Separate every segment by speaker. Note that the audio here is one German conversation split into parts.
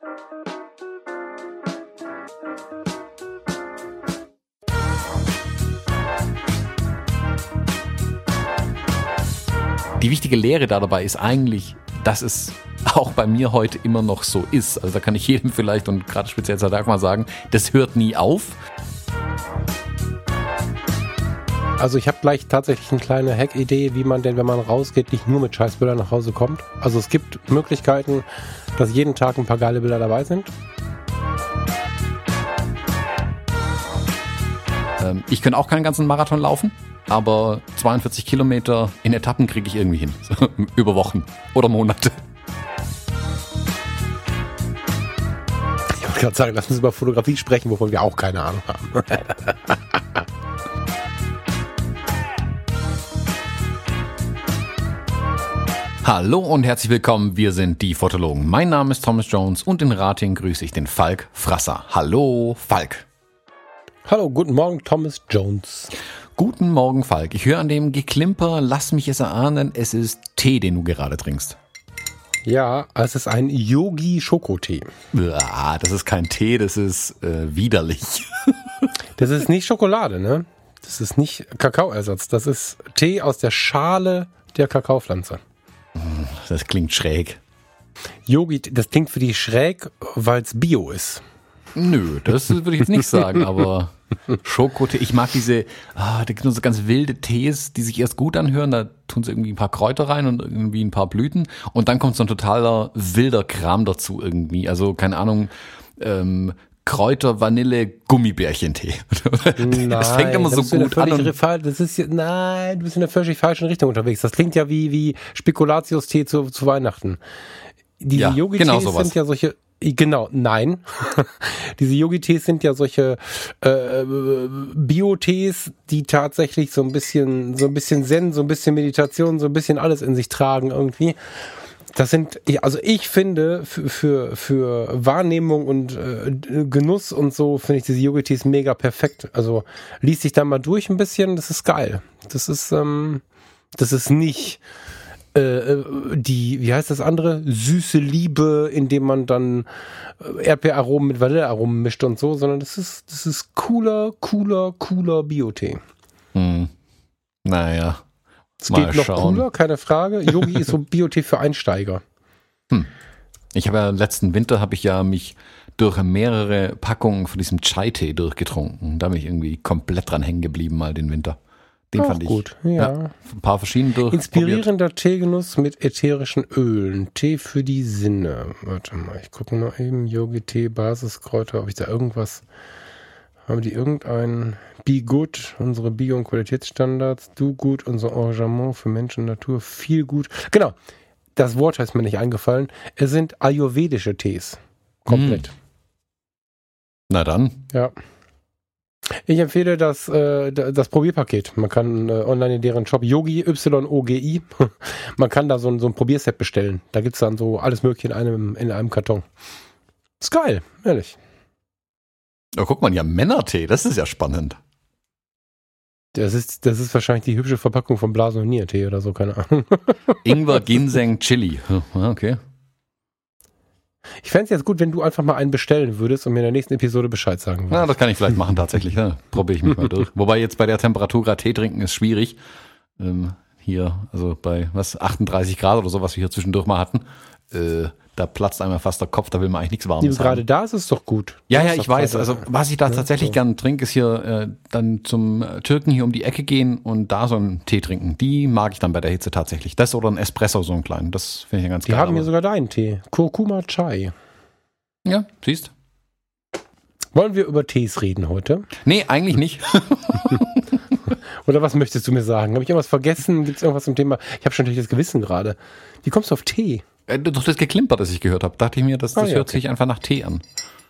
Speaker 1: Die wichtige Lehre dabei ist eigentlich, dass es auch bei mir heute immer noch so ist. Also da kann ich jedem vielleicht und gerade speziell zur Dagmar sagen, das hört nie auf.
Speaker 2: Also ich habe gleich tatsächlich eine kleine Hack-Idee, wie man denn, wenn man rausgeht, nicht nur mit Scheißbildern nach Hause kommt. Also es gibt Möglichkeiten, dass jeden Tag ein paar geile Bilder dabei sind.
Speaker 1: Ich könnte auch keinen ganzen Marathon laufen, aber 42 Kilometer in Etappen kriege ich irgendwie hin. So, über Wochen oder Monate.
Speaker 2: Ich wollte gerade sagen, lass uns über Fotografie sprechen, wovon wir auch keine Ahnung haben.
Speaker 1: Hallo und herzlich willkommen, wir sind die Fotologen. Mein Name ist Thomas Jones und in Ratingen grüße ich den Falk Frasser. Hallo Falk.
Speaker 2: Hallo, guten Morgen Thomas Jones.
Speaker 1: Guten Morgen Falk. Ich höre an dem Geklimper, lass mich es erahnen, es ist Tee, den du gerade trinkst.
Speaker 2: Ja, es ist ein Yogi-Schokotee.
Speaker 1: Ah, das ist kein Tee, das ist widerlich.
Speaker 2: Das ist nicht Schokolade, ne? Das ist nicht Kakaoersatz. Das ist Tee aus der Schale der Kakaopflanze.
Speaker 1: Das klingt schräg.
Speaker 2: Yogi, das klingt für die schräg, weil es Bio ist.
Speaker 1: Nö, das würde ich jetzt nicht sagen, aber Schokotee, ich mag da gibt es so ganz wilde Tees, die sich erst gut anhören, da tun sie irgendwie ein paar Kräuter rein und irgendwie ein paar Blüten und dann kommt so ein totaler wilder Kram dazu irgendwie, also keine Ahnung, Kräuter, Vanille, Gummibärchentee. Das fängt immer so gut an.
Speaker 2: Du bist in der völlig falschen Richtung unterwegs. Das klingt ja wie Spekulatius-Tee zu Weihnachten. Diese Yogi-Tees
Speaker 1: genau sowas.
Speaker 2: sind ja solche. Genau, nein. Diese Yogi-Tees sind ja solche Bio-Tees, die tatsächlich so ein bisschen Zen, so ein bisschen Meditation, so ein bisschen alles in sich tragen irgendwie. Das sind, also ich finde, für Wahrnehmung und Genuss und so, finde ich diese Yogi-Tees mega perfekt. Also lies dich da mal durch ein bisschen, das ist geil. Das ist nicht wie heißt das andere? Süße Liebe, indem man dann Erdbeeraromen mit Vanillearomen mischt und so, sondern das ist cooler Bio-Tee.
Speaker 1: Naja.
Speaker 2: Es geht noch cooler, keine Frage. Yogi ist so Bio-Tee für Einsteiger.
Speaker 1: Ich habe ja letzten Winter mich durch mehrere Packungen von diesem Chai-Tee durchgetrunken. Da bin ich irgendwie komplett dran hängen geblieben mal den Winter. Den
Speaker 2: auch
Speaker 1: fand ich
Speaker 2: gut, ja.
Speaker 1: Ein paar verschiedene durch.
Speaker 2: Inspirierender Teegenuss mit ätherischen Ölen. Tee für die Sinne. Warte mal, ich gucke mal eben. Yogi-Tee, Basiskräuter, ob ich da irgendwas. Haben die irgendein Be Good, unsere Bio- und Qualitätsstandards, Do Good, unser Engagement für Mensch und Natur, viel gut. Genau, das Wort ist mir nicht eingefallen. Es sind ayurvedische Tees. Komplett.
Speaker 1: Na dann.
Speaker 2: Ja. Ich empfehle das Probierpaket. Man kann online in deren Shop Yogi, YOGI, man kann da so ein Probierset bestellen. Da gibt es dann so alles Mögliche in einem Karton. Ist geil, ehrlich.
Speaker 1: Oh, guck mal, ja, Männertee, das ist ja spannend.
Speaker 2: Das ist wahrscheinlich die hübsche Verpackung von Blasoniertee oder so, keine Ahnung.
Speaker 1: Ingwer, Ginseng, Chili. Okay.
Speaker 2: Ich fände es jetzt gut, wenn du einfach mal einen bestellen würdest und mir in der nächsten Episode Bescheid sagen würdest.
Speaker 1: Ja, das kann ich vielleicht machen tatsächlich. Ne? Probiere ich mich mal durch. Wobei jetzt bei der Temperatur gerade Tee trinken ist schwierig. Hier, also bei 38 Grad oder so, was wir hier zwischendurch mal hatten, da platzt einmal fast der Kopf, da will man eigentlich nichts Warmes haben.
Speaker 2: Gerade da ist es doch gut.
Speaker 1: Ja, ich weiß. Also was ich da tatsächlich gern trinke, ist hier dann zum Türken hier um die Ecke gehen und da so einen Tee trinken. Die mag ich dann bei der Hitze tatsächlich. Das oder ein Espresso, so einen kleinen. Das finde ich ja ganz geil.
Speaker 2: Die haben hier sogar deinen Tee. Kurkuma Chai.
Speaker 1: Ja, siehst.
Speaker 2: Wollen wir über Tees reden heute?
Speaker 1: Nee, eigentlich nicht.
Speaker 2: Oder was möchtest du mir sagen? Habe ich irgendwas vergessen? Gibt es irgendwas zum Thema? Ich habe schon natürlich das Gewissen gerade. Wie kommst du auf Tee?
Speaker 1: Durch das Geklimper, das ich gehört habe, dachte ich mir, das hört sich einfach nach Tee an.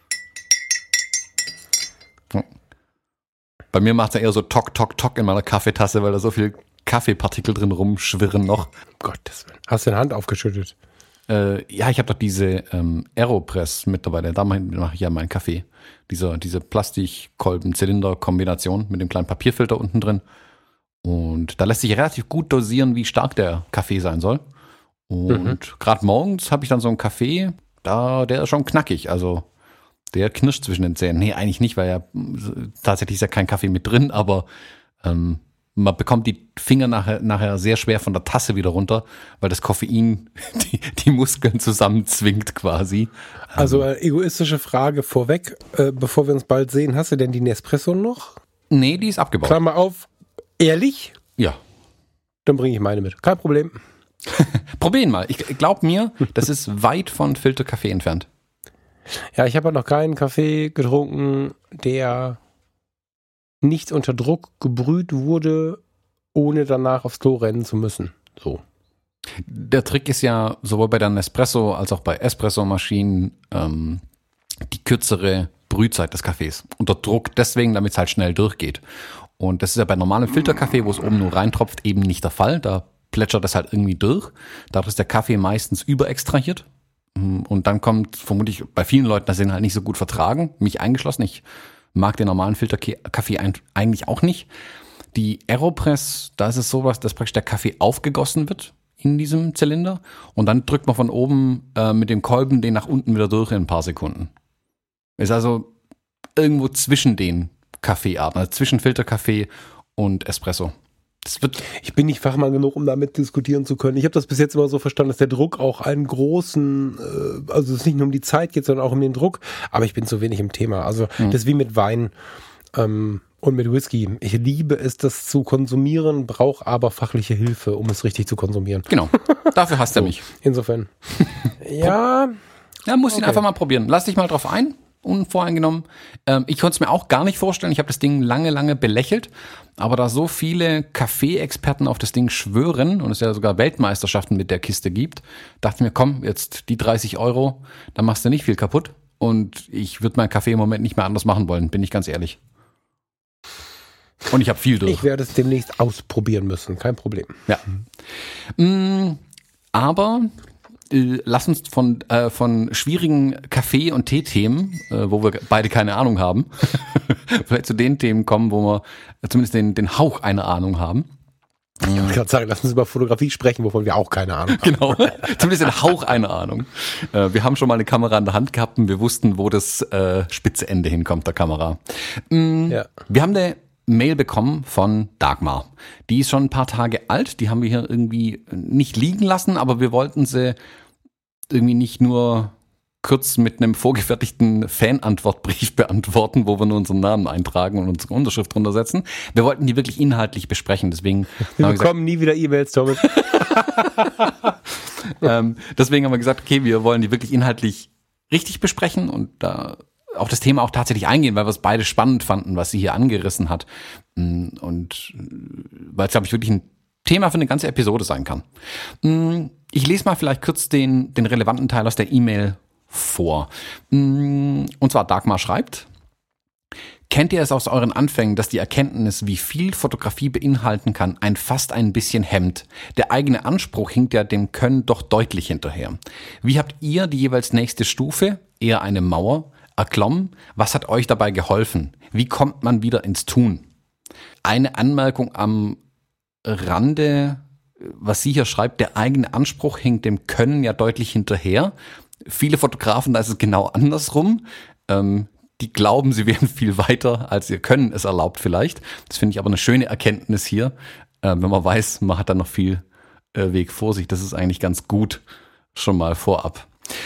Speaker 1: Bei mir macht es ja eher so Tock, Tock, Tock in meiner Kaffeetasse, weil da so viel Kaffeepartikel drin rumschwirren noch.
Speaker 2: Gottes Willen. Hast du deine Hand aufgeschüttet?
Speaker 1: Ja, ich habe doch diese Aeropress mit dabei. Da mache ich ja meinen Kaffee. Diese Plastikkolben-Zylinder-Kombination mit dem kleinen Papierfilter unten drin. Und da lässt sich relativ gut dosieren, wie stark der Kaffee sein soll. Und gerade morgens habe ich dann so einen Kaffee, der ist schon knackig, also der knirscht zwischen den Zähnen. Nee, eigentlich nicht, weil ja tatsächlich ist ja kein Kaffee mit drin, aber man bekommt die Finger nachher sehr schwer von der Tasse wieder runter, weil das Koffein die Muskeln zusammenzwingt quasi.
Speaker 2: Also egoistische Frage vorweg, bevor wir uns bald sehen, hast du denn die Nespresso noch?
Speaker 1: Nee, die ist abgebaut.
Speaker 2: Klammer auf, ehrlich?
Speaker 1: Ja.
Speaker 2: Dann bringe ich meine mit. Kein Problem.
Speaker 1: Probieren mal. Ich glaub mir, das ist weit von Filterkaffee entfernt.
Speaker 2: Ja, ich habe halt noch keinen Kaffee getrunken, der nicht unter Druck gebrüht wurde, ohne danach aufs Klo rennen zu müssen. So.
Speaker 1: Der Trick ist ja sowohl bei der Nespresso als auch bei Espresso-Maschinen die kürzere Brühzeit des Kaffees. Unter Druck deswegen, damit es halt schnell durchgeht. Und das ist ja bei normalem Filterkaffee, wo es oben nur reintropft, eben nicht der Fall. Da plätschert das halt irgendwie durch. Dadurch ist der Kaffee meistens überextrahiert. Und dann kommt vermutlich bei vielen Leuten, das sind halt nicht so gut vertragen, mich eingeschlossen. Ich mag den normalen Filterkaffee eigentlich auch nicht. Die Aeropress, da ist es sowas, dass praktisch der Kaffee aufgegossen wird in diesem Zylinder und dann drückt man von oben mit dem Kolben den nach unten wieder durch in ein paar Sekunden. Ist also irgendwo zwischen den Kaffeearten, also zwischen Filterkaffee und Espresso.
Speaker 2: Ich bin nicht Fachmann genug, um damit diskutieren zu können. Ich habe das bis jetzt immer so verstanden, dass der Druck auch einen großen, also es nicht nur um die Zeit geht, sondern auch um den Druck. Aber ich bin zu wenig im Thema. Also das ist wie mit Wein und mit Whisky. Ich liebe es, das zu konsumieren, brauche aber fachliche Hilfe, um es richtig zu konsumieren.
Speaker 1: Genau, dafür hasst er mich.
Speaker 2: Insofern. Ja.
Speaker 1: Ja, musst ihn einfach mal probieren. Lass dich mal drauf ein. Unvoreingenommen. Ich konnte es mir auch gar nicht vorstellen. Ich habe das Ding lange belächelt. Aber da so viele Kaffee-Experten auf das Ding schwören und es ja sogar Weltmeisterschaften mit der Kiste gibt, dachte ich mir, komm, jetzt die 30 €, da machst du nicht viel kaputt. Und ich würde meinen Kaffee im Moment nicht mehr anders machen wollen, bin ich ganz ehrlich. Und ich habe viel durch.
Speaker 2: Ich werde es demnächst ausprobieren müssen, kein Problem.
Speaker 1: Ja. Aber lass uns von schwierigen Kaffee- und Tee-Themen, wo wir beide keine Ahnung haben, vielleicht zu den Themen kommen, wo wir zumindest den Hauch einer Ahnung haben.
Speaker 2: Ich wollte gerade sagen, lass uns über Fotografie sprechen, wovon wir auch keine Ahnung haben.
Speaker 1: Genau, zumindest den Hauch einer Ahnung. Wir haben schon mal eine Kamera in der Hand gehabt und wir wussten, wo das spitze Ende hinkommt der Kamera.
Speaker 2: Ja.
Speaker 1: Wir haben eine Mail bekommen von Dagmar. Die ist schon ein paar Tage alt, die haben wir hier irgendwie nicht liegen lassen, aber wir wollten sie irgendwie nicht nur kurz mit einem vorgefertigten Fan-Antwortbrief beantworten, wo wir nur unseren Namen eintragen und unsere Unterschrift drunter setzen. Wir wollten die wirklich inhaltlich besprechen, deswegen
Speaker 2: wir bekommen nie wieder E-Mails, Thomas.
Speaker 1: Deswegen haben wir gesagt, okay, wir wollen die wirklich inhaltlich richtig besprechen und da auf das Thema auch tatsächlich eingehen, weil wir es beide spannend fanden, was sie hier angerissen hat. Und weil es, glaube ich, wirklich ein Thema für eine ganze Episode sein kann. Ich lese mal vielleicht kurz den relevanten Teil aus der E-Mail vor. Und zwar Dagmar schreibt: Kennt ihr es aus euren Anfängen, dass die Erkenntnis, wie viel Fotografie beinhalten kann, einen fast ein bisschen hemmt? Der eigene Anspruch hinkt ja dem Können doch deutlich hinterher. Wie habt ihr die jeweils nächste Stufe, eher eine Mauer, erklommen? Was hat euch dabei geholfen? Wie kommt man wieder ins Tun? Eine Anmerkung am Rande, was sie hier schreibt: Der eigene Anspruch hinkt dem Können ja deutlich hinterher. Viele Fotografen, da ist es genau andersrum. Die glauben, sie wären viel weiter, als ihr Können es erlaubt vielleicht. Das finde ich aber eine schöne Erkenntnis hier, wenn man weiß, man hat da noch viel Weg vor sich. Das ist eigentlich ganz gut schon mal vorab.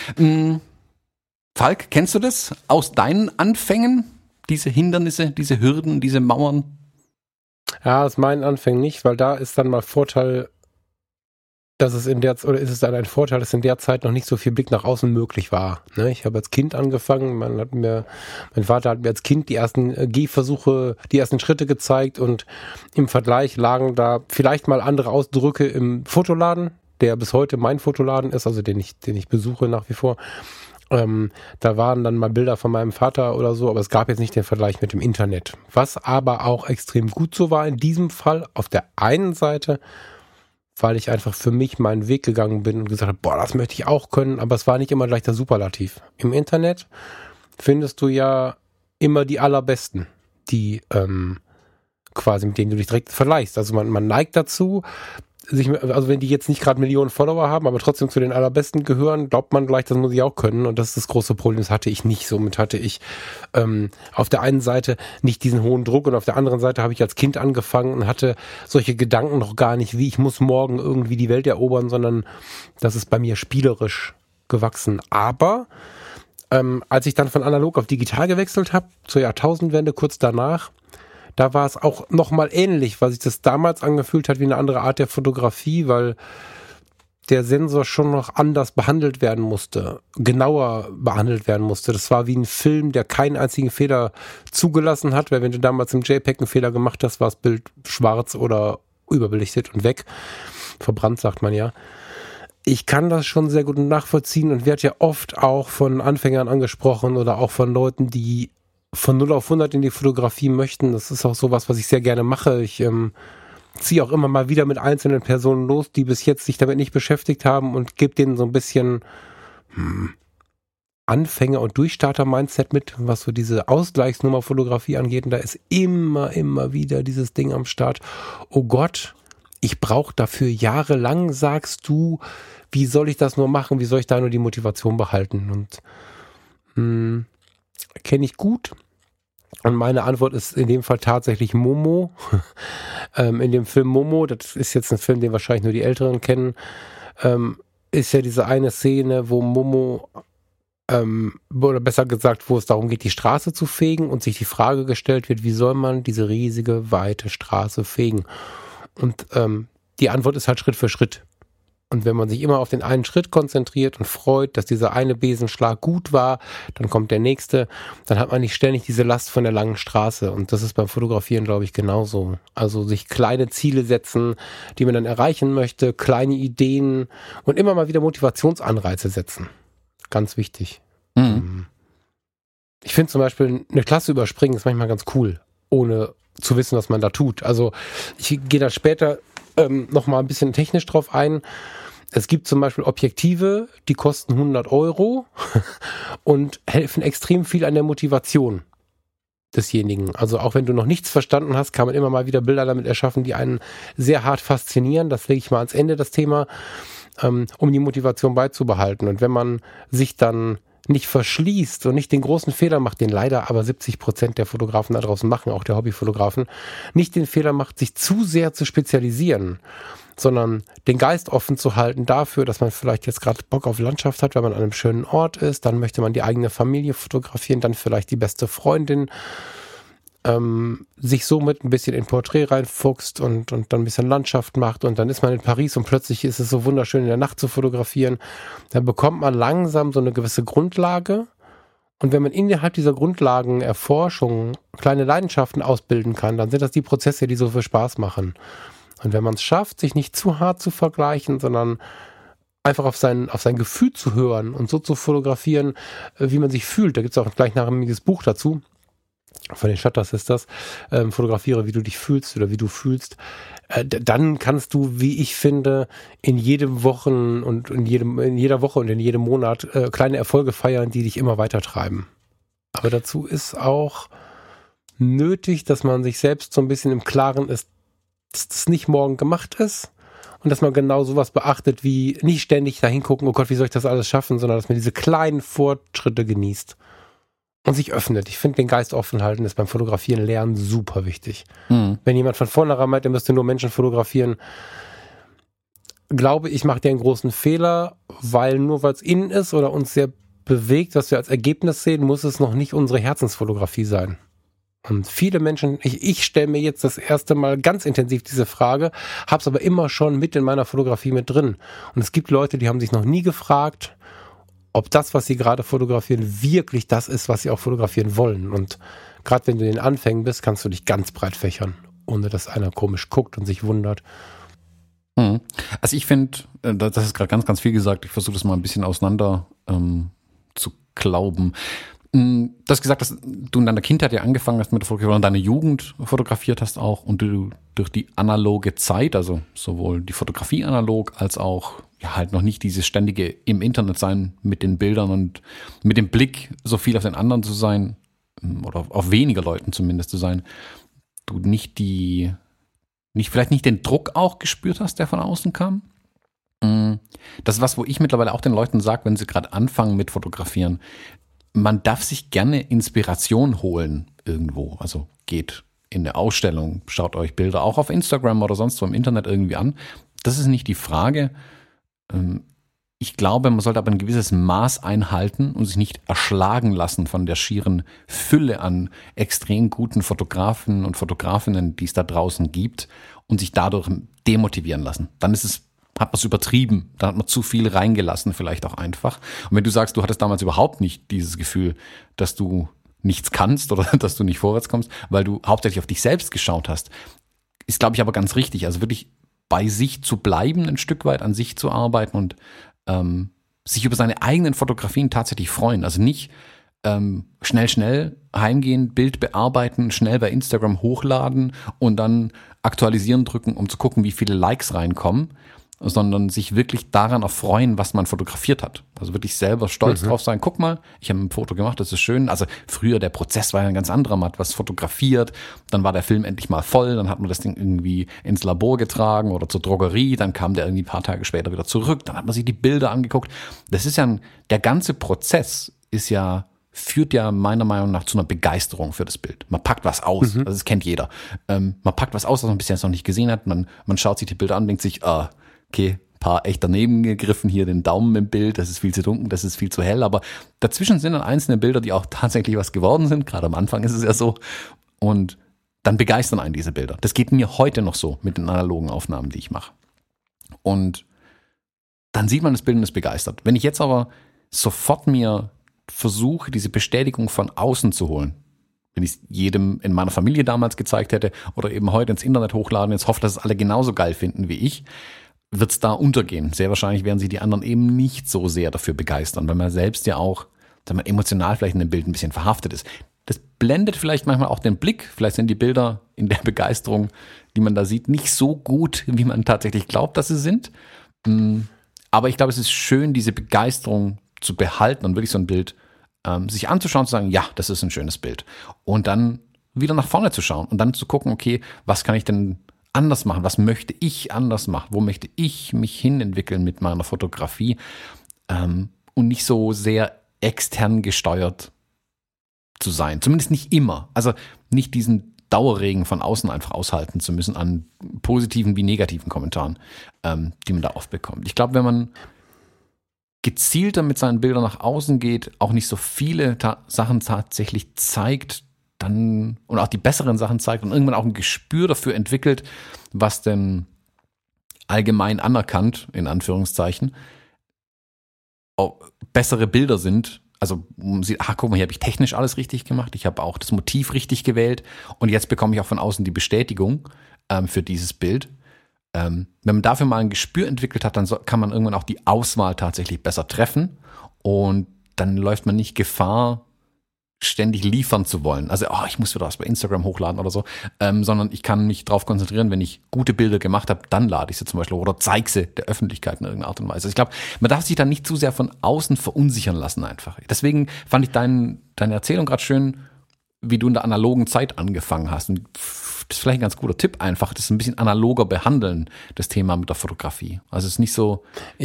Speaker 1: Falk, kennst du das aus deinen Anfängen? Diese Hindernisse, diese Hürden, diese Mauern?
Speaker 2: Ja, aus meinen Anfängen nicht, weil da ist dann mal Vorteil, dass es ist es dann ein Vorteil, dass in der Zeit noch nicht so viel Blick nach außen möglich war. Ne? Ich habe als Kind angefangen, mein Vater hat mir als Kind die ersten Gehversuche, die ersten Schritte gezeigt und im Vergleich lagen da vielleicht mal andere Ausdrücke im Fotoladen, der bis heute mein Fotoladen ist, also den ich besuche nach wie vor. Da waren dann mal Bilder von meinem Vater oder so, aber es gab jetzt nicht den Vergleich mit dem Internet. Was aber auch extrem gut so war in diesem Fall, auf der einen Seite, weil ich einfach für mich meinen Weg gegangen bin und gesagt habe, boah, das möchte ich auch können, aber es war nicht immer gleich der Superlativ. Im Internet findest du ja immer die allerbesten, die quasi mit denen du dich direkt vergleichst. Also man neigt dazu, also wenn die jetzt nicht gerade Millionen Follower haben, aber trotzdem zu den allerbesten gehören, glaubt man gleich, das muss ich auch können. Und das ist das große Problem, das hatte ich nicht. Somit hatte ich auf der einen Seite nicht diesen hohen Druck und auf der anderen Seite habe ich als Kind angefangen und hatte solche Gedanken noch gar nicht, wie ich muss morgen irgendwie die Welt erobern, sondern das ist bei mir spielerisch gewachsen. Aber als ich dann von analog auf digital gewechselt habe, zur Jahrtausendwende, kurz danach, da war es auch nochmal ähnlich, weil sich das damals angefühlt hat wie eine andere Art der Fotografie, weil der Sensor schon noch anders behandelt werden musste, genauer behandelt werden musste. Das war wie ein Film, der keinen einzigen Fehler zugelassen hat, weil wenn du damals im JPEG einen Fehler gemacht hast, war das Bild schwarz oder überbelichtet und weg. Verbrannt, sagt man ja. Ich kann das schon sehr gut nachvollziehen und werde ja oft auch von Anfängern angesprochen oder auch von Leuten, die von 0 auf 100 in die Fotografie möchten. Das ist auch sowas, was ich sehr gerne mache. Ich ziehe auch immer mal wieder mit einzelnen Personen los, die bis jetzt sich damit nicht beschäftigt haben und gebe denen so ein bisschen Anfänger- und Durchstarter-Mindset mit, was so diese Ausgleichsnummer Fotografie angeht. Und da ist immer wieder dieses Ding am Start. Oh Gott, ich brauche dafür jahrelang, sagst du. Wie soll ich das nur machen? Wie soll ich da nur die Motivation behalten? Und kenne ich gut. Und meine Antwort ist in dem Fall tatsächlich Momo. In dem Film Momo, das ist jetzt ein Film, den wahrscheinlich nur die Älteren kennen, ist ja diese eine Szene, wo Momo, oder besser gesagt, wo es darum geht, die Straße zu fegen und sich die Frage gestellt wird, wie soll man diese riesige, weite Straße fegen? Und die Antwort ist halt Schritt für Schritt. Und wenn man sich immer auf den einen Schritt konzentriert und freut, dass dieser eine Besenschlag gut war, dann kommt der nächste, dann hat man nicht ständig diese Last von der langen Straße. Und das ist beim Fotografieren, glaube ich, genauso. Also sich kleine Ziele setzen, die man dann erreichen möchte, kleine Ideen und immer mal wieder Motivationsanreize setzen. Ganz wichtig. Mhm. Ich finde zum Beispiel, eine Klasse überspringen ist manchmal ganz cool, ohne zu wissen, was man da tut. Also ich gehe da später noch mal ein bisschen technisch drauf ein. Es gibt zum Beispiel Objektive, die kosten 100 € und helfen extrem viel an der Motivation desjenigen. Also auch wenn du noch nichts verstanden hast, kann man immer mal wieder Bilder damit erschaffen, die einen sehr hart faszinieren. Das lege ich mal ans Ende, das Thema, um die Motivation beizubehalten. Und wenn man sich dann nicht verschließt und nicht den großen Fehler macht, den leider aber 70% der Fotografen da draußen machen, auch der Hobbyfotografen, nicht den Fehler macht, sich zu sehr zu spezialisieren, sondern den Geist offen zu halten dafür, dass man vielleicht jetzt gerade Bock auf Landschaft hat, weil man an einem schönen Ort ist, dann möchte man die eigene Familie fotografieren, dann vielleicht die beste Freundin, sich somit ein bisschen in Porträt reinfuchst und dann ein bisschen Landschaft macht und dann ist man in Paris und plötzlich ist es so wunderschön in der Nacht zu fotografieren. Dann bekommt man langsam so eine gewisse Grundlage und wenn man innerhalb dieser Grundlagenerforschung kleine Leidenschaften ausbilden kann, dann sind das die Prozesse, die so viel Spaß machen. Und wenn man es schafft, sich nicht zu hart zu vergleichen, sondern einfach auf sein Gefühl zu hören und so zu fotografieren, wie man sich fühlt, da gibt es auch ein gleichnamiges Buch dazu, von den Shutter Sisters, fotografiere, wie du dich fühlst oder wie du fühlst, dann kannst du, wie ich finde, in jeder Woche und in jedem Monat kleine Erfolge feiern, die dich immer weiter treiben. Aber dazu ist auch nötig, dass man sich selbst so ein bisschen im Klaren ist, dass das nicht morgen gemacht ist und dass man genau sowas beachtet, wie nicht ständig dahin gucken, oh Gott, wie soll ich das alles schaffen, sondern dass man diese kleinen Fortschritte genießt. Und sich öffnet. Ich finde, den Geist offen halten ist beim Fotografieren lernen super wichtig. Wenn jemand von vornherein meint, er müsste nur Menschen fotografieren, glaube ich, macht er einen großen Fehler, weil es innen ist oder uns sehr bewegt, was wir als Ergebnis sehen, muss es noch nicht unsere Herzensfotografie sein. Und viele Menschen, ich stelle mir jetzt das erste Mal ganz intensiv diese Frage, habe es aber immer schon mit in meiner Fotografie mit drin. Und es gibt Leute, die haben sich noch nie gefragt, ob das, was sie gerade fotografieren, wirklich das ist, was sie auch fotografieren wollen. Und gerade wenn du in den Anfängen bist, kannst du dich ganz breit fächern, ohne dass einer komisch guckt und sich wundert.
Speaker 1: Also ich finde, das ist gerade ganz, ganz viel gesagt. Ich versuche das mal ein bisschen auseinander zu glauben. Du hast gesagt, dass du in deiner Kindheit ja angefangen hast mit der Fotografie und deine Jugend fotografiert hast auch und du durch die analoge Zeit, also sowohl die Fotografie analog als auch ja halt noch nicht dieses ständige im Internet sein mit den Bildern und mit dem Blick so viel auf den anderen zu sein oder auf weniger Leuten zumindest zu sein, du nicht die vielleicht nicht den Druck auch gespürt hast, der von außen kam. Das ist was, wo ich mittlerweile auch den Leuten sage, wenn sie gerade anfangen mit Fotografieren. Man darf sich gerne Inspiration holen irgendwo. Also geht in eine Ausstellung, schaut euch Bilder auch auf Instagram oder sonst wo im Internet irgendwie an. Das ist nicht die Frage. Ich glaube, man sollte aber ein gewisses Maß einhalten und sich nicht erschlagen lassen von der schieren Fülle an extrem guten Fotografen und Fotografinnen, die es da draußen gibt, und sich dadurch demotivieren lassen. Dann hat man es übertrieben, dann hat man zu viel reingelassen, vielleicht auch einfach. Und wenn du sagst, du hattest damals überhaupt nicht dieses Gefühl, dass du nichts kannst oder dass du nicht vorwärts kommst, weil du hauptsächlich auf dich selbst geschaut hast, ist, glaube ich, aber ganz richtig. Also wirklich bei sich zu bleiben, ein Stück weit an sich zu arbeiten und sich über seine eigenen Fotografien tatsächlich freuen. Also nicht schnell heimgehen, Bild bearbeiten, schnell bei Instagram hochladen und dann aktualisieren drücken, um zu gucken, wie viele Likes reinkommen, sondern sich wirklich daran erfreuen, was man fotografiert hat. Also wirklich selber stolz drauf sein. Guck mal, ich habe ein Foto gemacht, das ist schön. Also früher, der Prozess war ja ein ganz anderer. Man hat was fotografiert, dann war der Film endlich mal voll, dann hat man das Ding irgendwie ins Labor getragen oder zur Drogerie, dann kam der irgendwie ein paar Tage später wieder zurück, dann hat man sich die Bilder angeguckt. Das ist ja der ganze Prozess führt ja meiner Meinung nach zu einer Begeisterung für das Bild. Man packt was aus, also das kennt jeder. Man packt was aus, was man bisher noch nicht gesehen hat. Man schaut sich die Bilder an und denkt sich, okay, ein paar echt daneben gegriffen, hier den Daumen im Bild, das ist viel zu dunkel, das ist viel zu hell, aber dazwischen sind dann einzelne Bilder, die auch tatsächlich was geworden sind, gerade am Anfang ist es ja so, und dann begeistern einen diese Bilder. Das geht mir heute noch so mit den analogen Aufnahmen, die ich mache. Und dann sieht man das Bild und ist begeistert. Wenn ich jetzt aber sofort mir versuche, diese Bestätigung von außen zu holen, wenn ich es jedem in meiner Familie damals gezeigt hätte oder eben heute ins Internet hochladen, jetzt hoffe, dass es alle genauso geil finden wie ich, wird es da untergehen. Sehr wahrscheinlich werden sie die anderen eben nicht so sehr dafür begeistern, weil man selbst ja auch, sagen wir, emotional vielleicht in dem Bild ein bisschen verhaftet ist. Das blendet vielleicht manchmal auch den Blick. Vielleicht sind die Bilder in der Begeisterung, die man da sieht, nicht so gut, wie man tatsächlich glaubt, dass sie sind. Aber ich glaube, es ist schön, diese Begeisterung zu behalten und wirklich so ein Bild sich anzuschauen und zu sagen, ja, das ist ein schönes Bild. Und dann wieder nach vorne zu schauen und dann zu gucken, okay, was kann ich denn anders machen? Was möchte ich anders machen? Wo möchte ich mich hinentwickeln mit meiner Fotografie? Und nicht so sehr extern gesteuert zu sein. Zumindest nicht immer. Also nicht diesen Dauerregen von außen einfach aushalten zu müssen an positiven wie negativen Kommentaren, die man da oft bekommt. Ich glaube, wenn man gezielter mit seinen Bildern nach außen geht, auch nicht so viele Sachen tatsächlich zeigt, dann und auch die besseren Sachen zeigt und irgendwann auch ein Gespür dafür entwickelt, was denn allgemein anerkannt, in Anführungszeichen, auch bessere Bilder sind. Also man sieht, guck mal, hier habe ich technisch alles richtig gemacht, ich habe auch das Motiv richtig gewählt und jetzt bekomme ich auch von außen die Bestätigung für dieses Bild. Wenn man dafür mal ein Gespür entwickelt hat, dann kann man irgendwann auch die Auswahl tatsächlich besser treffen und dann läuft man nicht Gefahr, ständig liefern zu wollen. Also, ich muss wieder was bei Instagram hochladen oder so, sondern ich kann mich darauf konzentrieren, wenn ich gute Bilder gemacht habe, dann lade ich sie zum Beispiel oder zeige sie der Öffentlichkeit in irgendeiner Art und Weise. Also ich glaube, man darf sich dann nicht zu sehr von außen verunsichern lassen einfach. Deswegen fand ich deine Erzählung gerade schön, wie du in der analogen Zeit angefangen hast. Und das ist vielleicht ein ganz guter Tipp einfach, das ein bisschen analoger behandeln, das Thema mit der Fotografie. Also es ist nicht so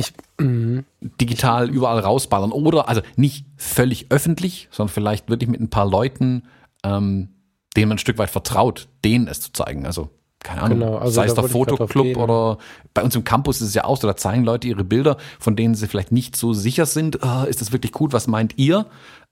Speaker 1: digital überall rausballern oder, also nicht völlig öffentlich, sondern vielleicht wirklich mit ein paar Leuten, denen man ein Stück weit vertraut, denen es zu zeigen. Also keine Ahnung, genau, also sei es der Fotoclub oder bei uns im Campus ist es ja auch so, da zeigen Leute ihre Bilder, von denen sie vielleicht nicht so sicher sind, ist das wirklich gut, was meint ihr?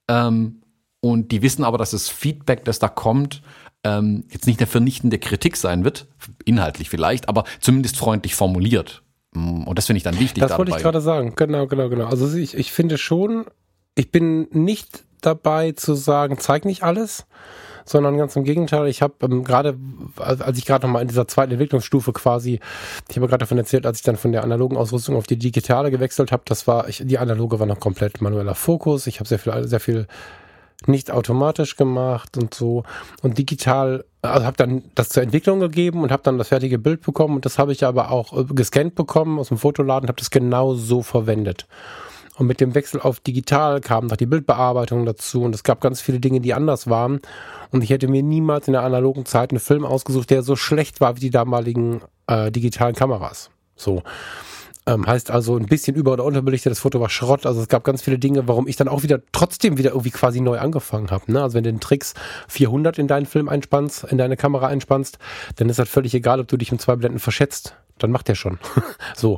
Speaker 1: Und die wissen aber, dass das Feedback, das da kommt, jetzt nicht eine vernichtende Kritik sein wird, inhaltlich vielleicht, aber zumindest freundlich formuliert. Und das finde ich dann wichtig.
Speaker 2: Das wollte ich gerade sagen, genau. Also ich finde schon, ich bin nicht dabei zu sagen, zeig nicht alles, sondern ganz im Gegenteil, ich habe gerade, als ich gerade nochmal in dieser zweiten Entwicklungsstufe quasi, ich habe gerade davon erzählt, als ich dann von der analogen Ausrüstung auf die digitale gewechselt habe, die analoge war noch komplett manueller Fokus, ich habe sehr viel nicht automatisch gemacht und so und digital, also habe dann das zur Entwicklung gegeben und habe dann das fertige Bild bekommen und das habe ich aber auch gescannt bekommen aus dem Fotoladen, habe das genau so verwendet. Und mit dem Wechsel auf digital kam noch die Bildbearbeitung dazu und es gab ganz viele Dinge, die anders waren. Und ich hätte mir niemals in der analogen Zeit einen Film ausgesucht, der so schlecht war wie die damaligen digitalen Kameras. So. Heißt also ein bisschen über- oder unterbelichtetes Foto war Schrott. Also es gab ganz viele Dinge, warum ich dann auch trotzdem wieder irgendwie quasi neu angefangen habe. Ne? Also wenn du den Tricks 400 in deinen Film einspannst, in deine Kamera einspannst, dann ist halt völlig egal, ob du dich um 2 Blenden verschätzt. Dann macht der schon. So.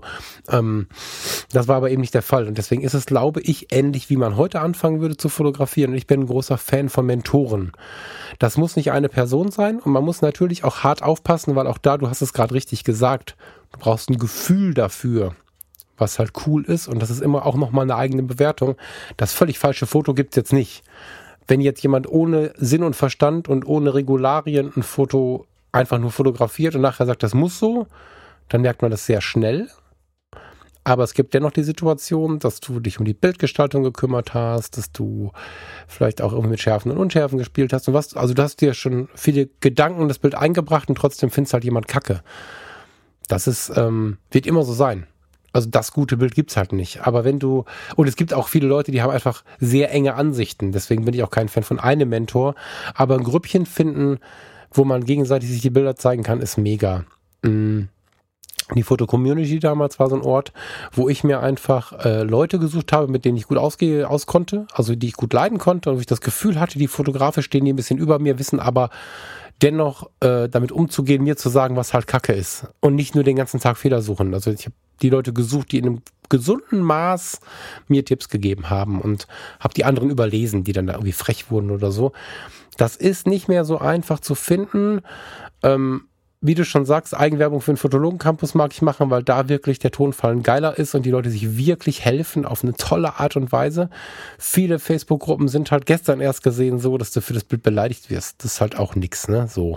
Speaker 2: Das war aber eben nicht der Fall. Und deswegen ist es, glaube ich, ähnlich wie man heute anfangen würde zu fotografieren. Und ich bin ein großer Fan von Mentoren. Das muss nicht eine Person sein und man muss natürlich auch hart aufpassen, weil auch da, du hast es gerade richtig gesagt, du brauchst ein Gefühl dafür, was halt cool ist, und das ist immer auch nochmal eine eigene Bewertung. Das völlig falsche Foto gibt's jetzt nicht. Wenn jetzt jemand ohne Sinn und Verstand und ohne Regularien ein Foto einfach nur fotografiert und nachher sagt, das muss so, dann merkt man das sehr schnell. Aber es gibt dennoch die Situation, dass du dich um die Bildgestaltung gekümmert hast, dass du vielleicht auch irgendwie mit Schärfen und Unschärfen gespielt hast und was. Also du hast dir schon viele Gedanken in das Bild eingebracht und trotzdem findest halt jemand Kacke. Das ist, wird immer so sein. Also das gute Bild gibt's halt nicht. Aber wenn du, und es gibt auch viele Leute, die haben einfach sehr enge Ansichten. Deswegen bin ich auch kein Fan von einem Mentor. Aber ein Grüppchen finden, wo man gegenseitig sich die Bilder zeigen kann, ist mega. Die Foto-Community damals war so ein Ort, wo ich mir einfach Leute gesucht habe, mit denen ich gut auskonnte, also die ich gut leiden konnte und wo ich das Gefühl hatte, die fotografisch stehen die ein bisschen über mir, wissen aber dennoch damit umzugehen, mir zu sagen, was halt Kacke ist und nicht nur den ganzen Tag Fehler suchen. Also ich habe die Leute gesucht, die in einem gesunden Maß mir Tipps gegeben haben und habe die anderen überlesen, die dann da irgendwie frech wurden oder so. Das ist nicht mehr so einfach zu finden. Wie du schon sagst, Eigenwerbung für den Fotologen-Campus mag ich machen, weil da wirklich der Tonfall geiler ist und die Leute sich wirklich helfen auf eine tolle Art und Weise. Viele Facebook-Gruppen sind halt gestern erst gesehen so, dass du für das Bild beleidigt wirst. Das ist halt auch nix, ne? So.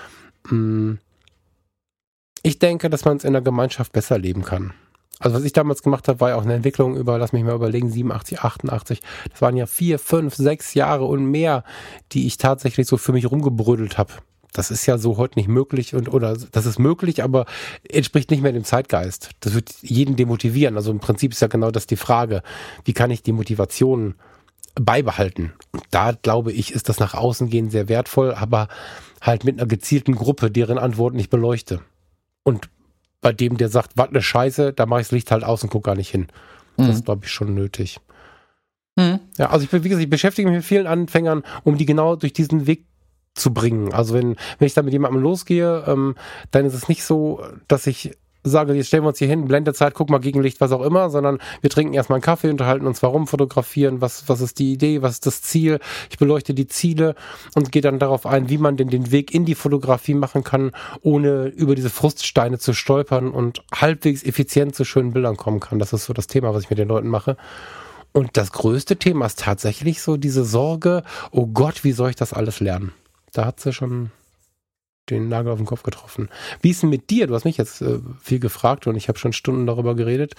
Speaker 2: Ich denke, dass man es in der Gemeinschaft besser leben kann. Also was ich damals gemacht habe, war ja auch eine Entwicklung über, lass mich mal überlegen, 87, 88. Das waren ja 4, 5, 6 Jahre und mehr, die ich tatsächlich so für mich rumgebrödelt habe. Das ist ja so heute nicht möglich oder das ist möglich, aber entspricht nicht mehr dem Zeitgeist. Das wird jeden demotivieren. Also im Prinzip ist ja genau das die Frage, wie kann ich die Motivation beibehalten? Und da glaube ich, ist das nach außen gehen sehr wertvoll, aber halt mit einer gezielten Gruppe, deren Antworten ich beleuchte. Und bei dem, der sagt, was eine Scheiße, da mache ich das Licht halt aus und gucke gar nicht hin. Das ist, glaube ich, schon nötig. Ja, also ich beschäftige mich mit vielen Anfängern, um die genau durch diesen Weg zu bringen. Also wenn ich da mit jemandem losgehe, dann ist es nicht so, dass ich sage, jetzt stellen wir uns hier hin, Blendezeit, guck mal Gegenlicht, was auch immer, sondern wir trinken erstmal einen Kaffee, unterhalten uns warum, fotografieren, was ist die Idee, was ist das Ziel, ich beleuchte die Ziele und gehe dann darauf ein, wie man denn den Weg in die Fotografie machen kann, ohne über diese Fruststeine zu stolpern und halbwegs effizient zu schönen Bildern kommen kann. Das ist so das Thema, was ich mit den Leuten mache. Und das größte Thema ist tatsächlich so diese Sorge, oh Gott, wie soll ich das alles lernen? Da hat sie schon den Nagel auf den Kopf getroffen. Wie ist denn mit dir? Du hast mich jetzt viel gefragt und ich habe schon Stunden darüber geredet.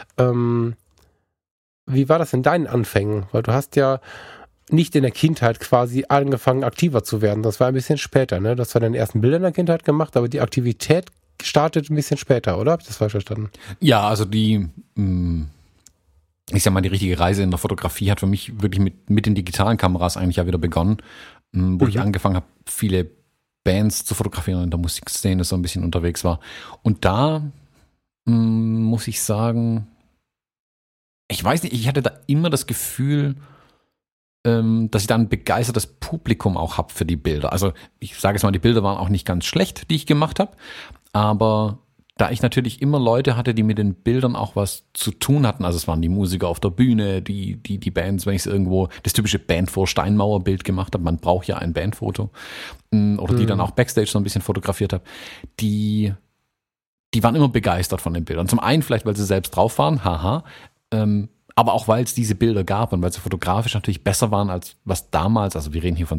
Speaker 2: Wie war das in deinen Anfängen? Weil du hast ja nicht in der Kindheit quasi angefangen, aktiver zu werden. Das war ein bisschen später, ne? Du hast zwar deine ersten Bilder in der Kindheit gemacht, aber die Aktivität startet ein bisschen später, oder? Habe ich das falsch verstanden?
Speaker 1: Ja, also ich sag mal, die richtige Reise in der Fotografie hat für mich wirklich mit den digitalen Kameras eigentlich ja wieder begonnen, wo ich angefangen habe, viele Bands zu fotografieren und in der Musikszene so ein bisschen unterwegs war. Und da muss ich sagen, ich weiß nicht, ich hatte da immer das Gefühl, dass ich da ein begeistertes Publikum auch habe für die Bilder. Also ich sage jetzt mal, die Bilder waren auch nicht ganz schlecht, die ich gemacht habe, aber da ich natürlich immer Leute hatte, die mit den Bildern auch was zu tun hatten, also es waren die Musiker auf der Bühne, die Bands, wenn ich es irgendwo, das typische Band-vor-Steinmauer-Bild gemacht habe, man braucht ja ein Bandfoto, oder die dann auch Backstage so ein bisschen fotografiert habe, die waren immer begeistert von den Bildern. Zum einen vielleicht, weil sie selbst drauf waren, haha, aber auch, weil es diese Bilder gab und weil sie fotografisch natürlich besser waren, als was damals, also wir reden hier von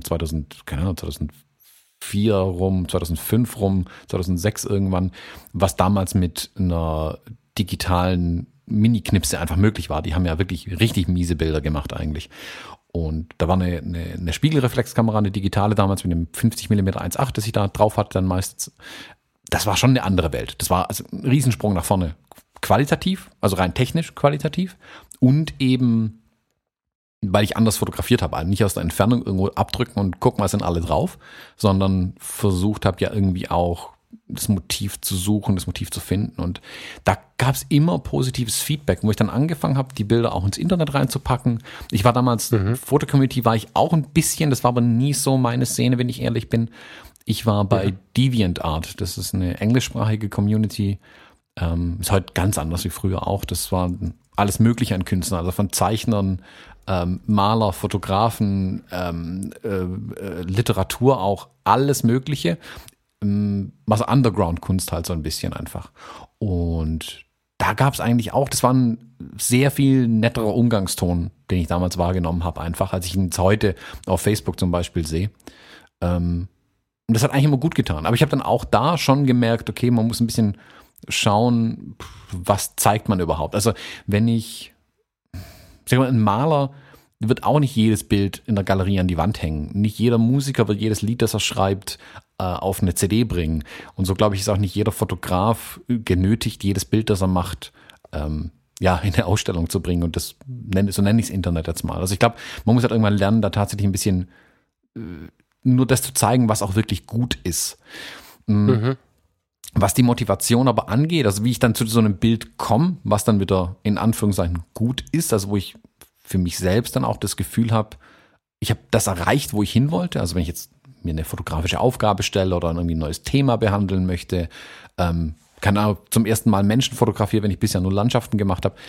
Speaker 1: 2004 rum, 2005 rum, 2006 irgendwann, was damals mit einer digitalen Mini-Knipse einfach möglich war. Die haben ja wirklich richtig miese Bilder gemacht eigentlich. Und da war eine Spiegelreflexkamera, eine digitale damals mit einem 50mm 1.8, das ich da drauf hatte dann meistens. Das war schon eine andere Welt. Das war also ein Riesensprung nach vorne. qualitativ, also rein technisch qualitativ und eben, weil ich anders fotografiert habe, also nicht aus der Entfernung irgendwo abdrücken und gucken, was sind alle drauf, sondern versucht habe ja irgendwie auch das Motiv zu suchen, das Motiv zu finden. Und da gab es immer positives Feedback, wo ich dann angefangen habe, die Bilder auch ins Internet reinzupacken. Ich war damals, Foto-Community war ich auch ein bisschen, das war aber nie so meine Szene, wenn ich ehrlich bin. Ich war bei DeviantArt, das ist eine englischsprachige Community, ist heute ganz anders wie früher auch. Das war alles Mögliche an Künstlern, also von Zeichnern, Maler, Fotografen, Literatur auch, alles Mögliche, was Underground-Kunst halt so ein bisschen einfach. Und da gab es eigentlich auch, das war ein sehr viel netterer Umgangston, den ich damals wahrgenommen habe, einfach, als ich ihn jetzt heute auf Facebook zum Beispiel sehe. Und das hat eigentlich immer gut getan. Aber ich habe dann auch da schon gemerkt, okay, man muss ein bisschen schauen, was zeigt man überhaupt. Also wenn sag mal, ein Maler wird auch nicht jedes Bild in der Galerie an die Wand hängen. Nicht jeder Musiker wird jedes Lied, das er schreibt, auf eine CD bringen. Und so, glaube ich, ist auch nicht jeder Fotograf genötigt, jedes Bild, das er macht, in eine Ausstellung zu bringen. Und so nenne ich das Internet jetzt mal. Also ich glaube, man muss halt irgendwann lernen, da tatsächlich ein bisschen nur das zu zeigen, was auch wirklich gut ist. Was die Motivation aber angeht, also wie ich dann zu so einem Bild komme, was dann wieder in Anführungszeichen gut ist, also wo ich für mich selbst dann auch das Gefühl habe, ich habe das erreicht, wo ich hin wollte. Also wenn ich jetzt mir eine fotografische Aufgabe stelle oder irgendwie ein neues Thema behandeln möchte, kann auch zum ersten Mal Menschen fotografieren, wenn ich bisher nur Landschaften gemacht habe.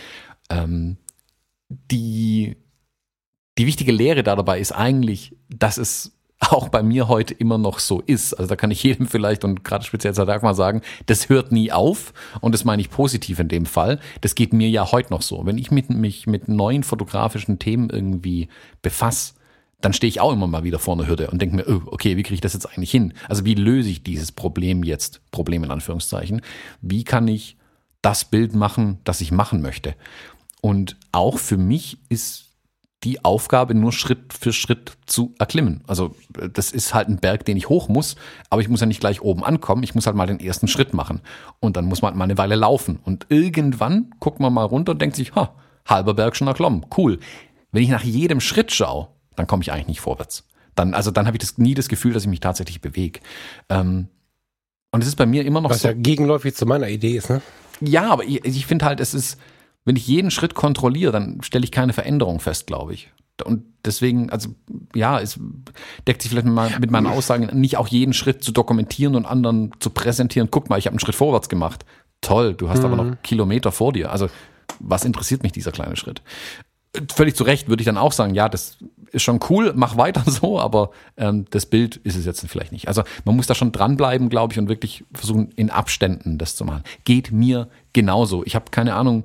Speaker 1: Die wichtige Lehre da dabei ist eigentlich, dass es auch bei mir heute immer noch so ist. Also da kann ich jedem vielleicht und gerade speziell Sadak mal sagen, das hört nie auf und das meine ich positiv in dem Fall. Das geht mir ja heute noch so. Wenn ich mich mit neuen fotografischen Themen irgendwie befasse, dann stehe ich auch immer mal wieder vor einer Hürde und denke mir, oh, okay, wie kriege ich das jetzt eigentlich hin? Also wie löse ich dieses Problem jetzt? Problem in Anführungszeichen. Wie kann ich das Bild machen, das ich machen möchte? Und auch für mich ist die Aufgabe nur Schritt für Schritt zu erklimmen. Also das ist halt ein Berg, den ich hoch muss, aber ich muss ja nicht gleich oben ankommen, ich muss halt mal den ersten Schritt machen und dann muss man halt mal eine Weile laufen und irgendwann guckt man mal runter und denkt sich, halber Berg schon erklommen, cool. Wenn ich nach jedem Schritt schaue, dann komme ich eigentlich nicht vorwärts. Dann habe ich nie das Gefühl, dass ich mich tatsächlich bewege. Und es ist bei mir immer noch
Speaker 2: was
Speaker 1: so.
Speaker 2: Was ja gegenläufig zu meiner Idee ist, ne?
Speaker 1: Ja, aber ich finde halt, es ist, wenn ich jeden Schritt kontrolliere, dann stelle ich keine Veränderung fest, glaube ich. Und deswegen, also ja, es deckt sich vielleicht mit meinen Aussagen, nicht auch jeden Schritt zu dokumentieren und anderen zu präsentieren. Guck mal, ich habe einen Schritt vorwärts gemacht. Toll, du hast aber noch Kilometer vor dir. Also was interessiert mich dieser kleine Schritt? Völlig zu Recht würde ich dann auch sagen, ja, das ist schon cool, mach weiter so, aber das Bild ist es jetzt vielleicht nicht. Also man muss da schon dranbleiben, glaube ich, und wirklich versuchen, in Abständen das zu machen. Geht mir genauso. Ich habe keine Ahnung.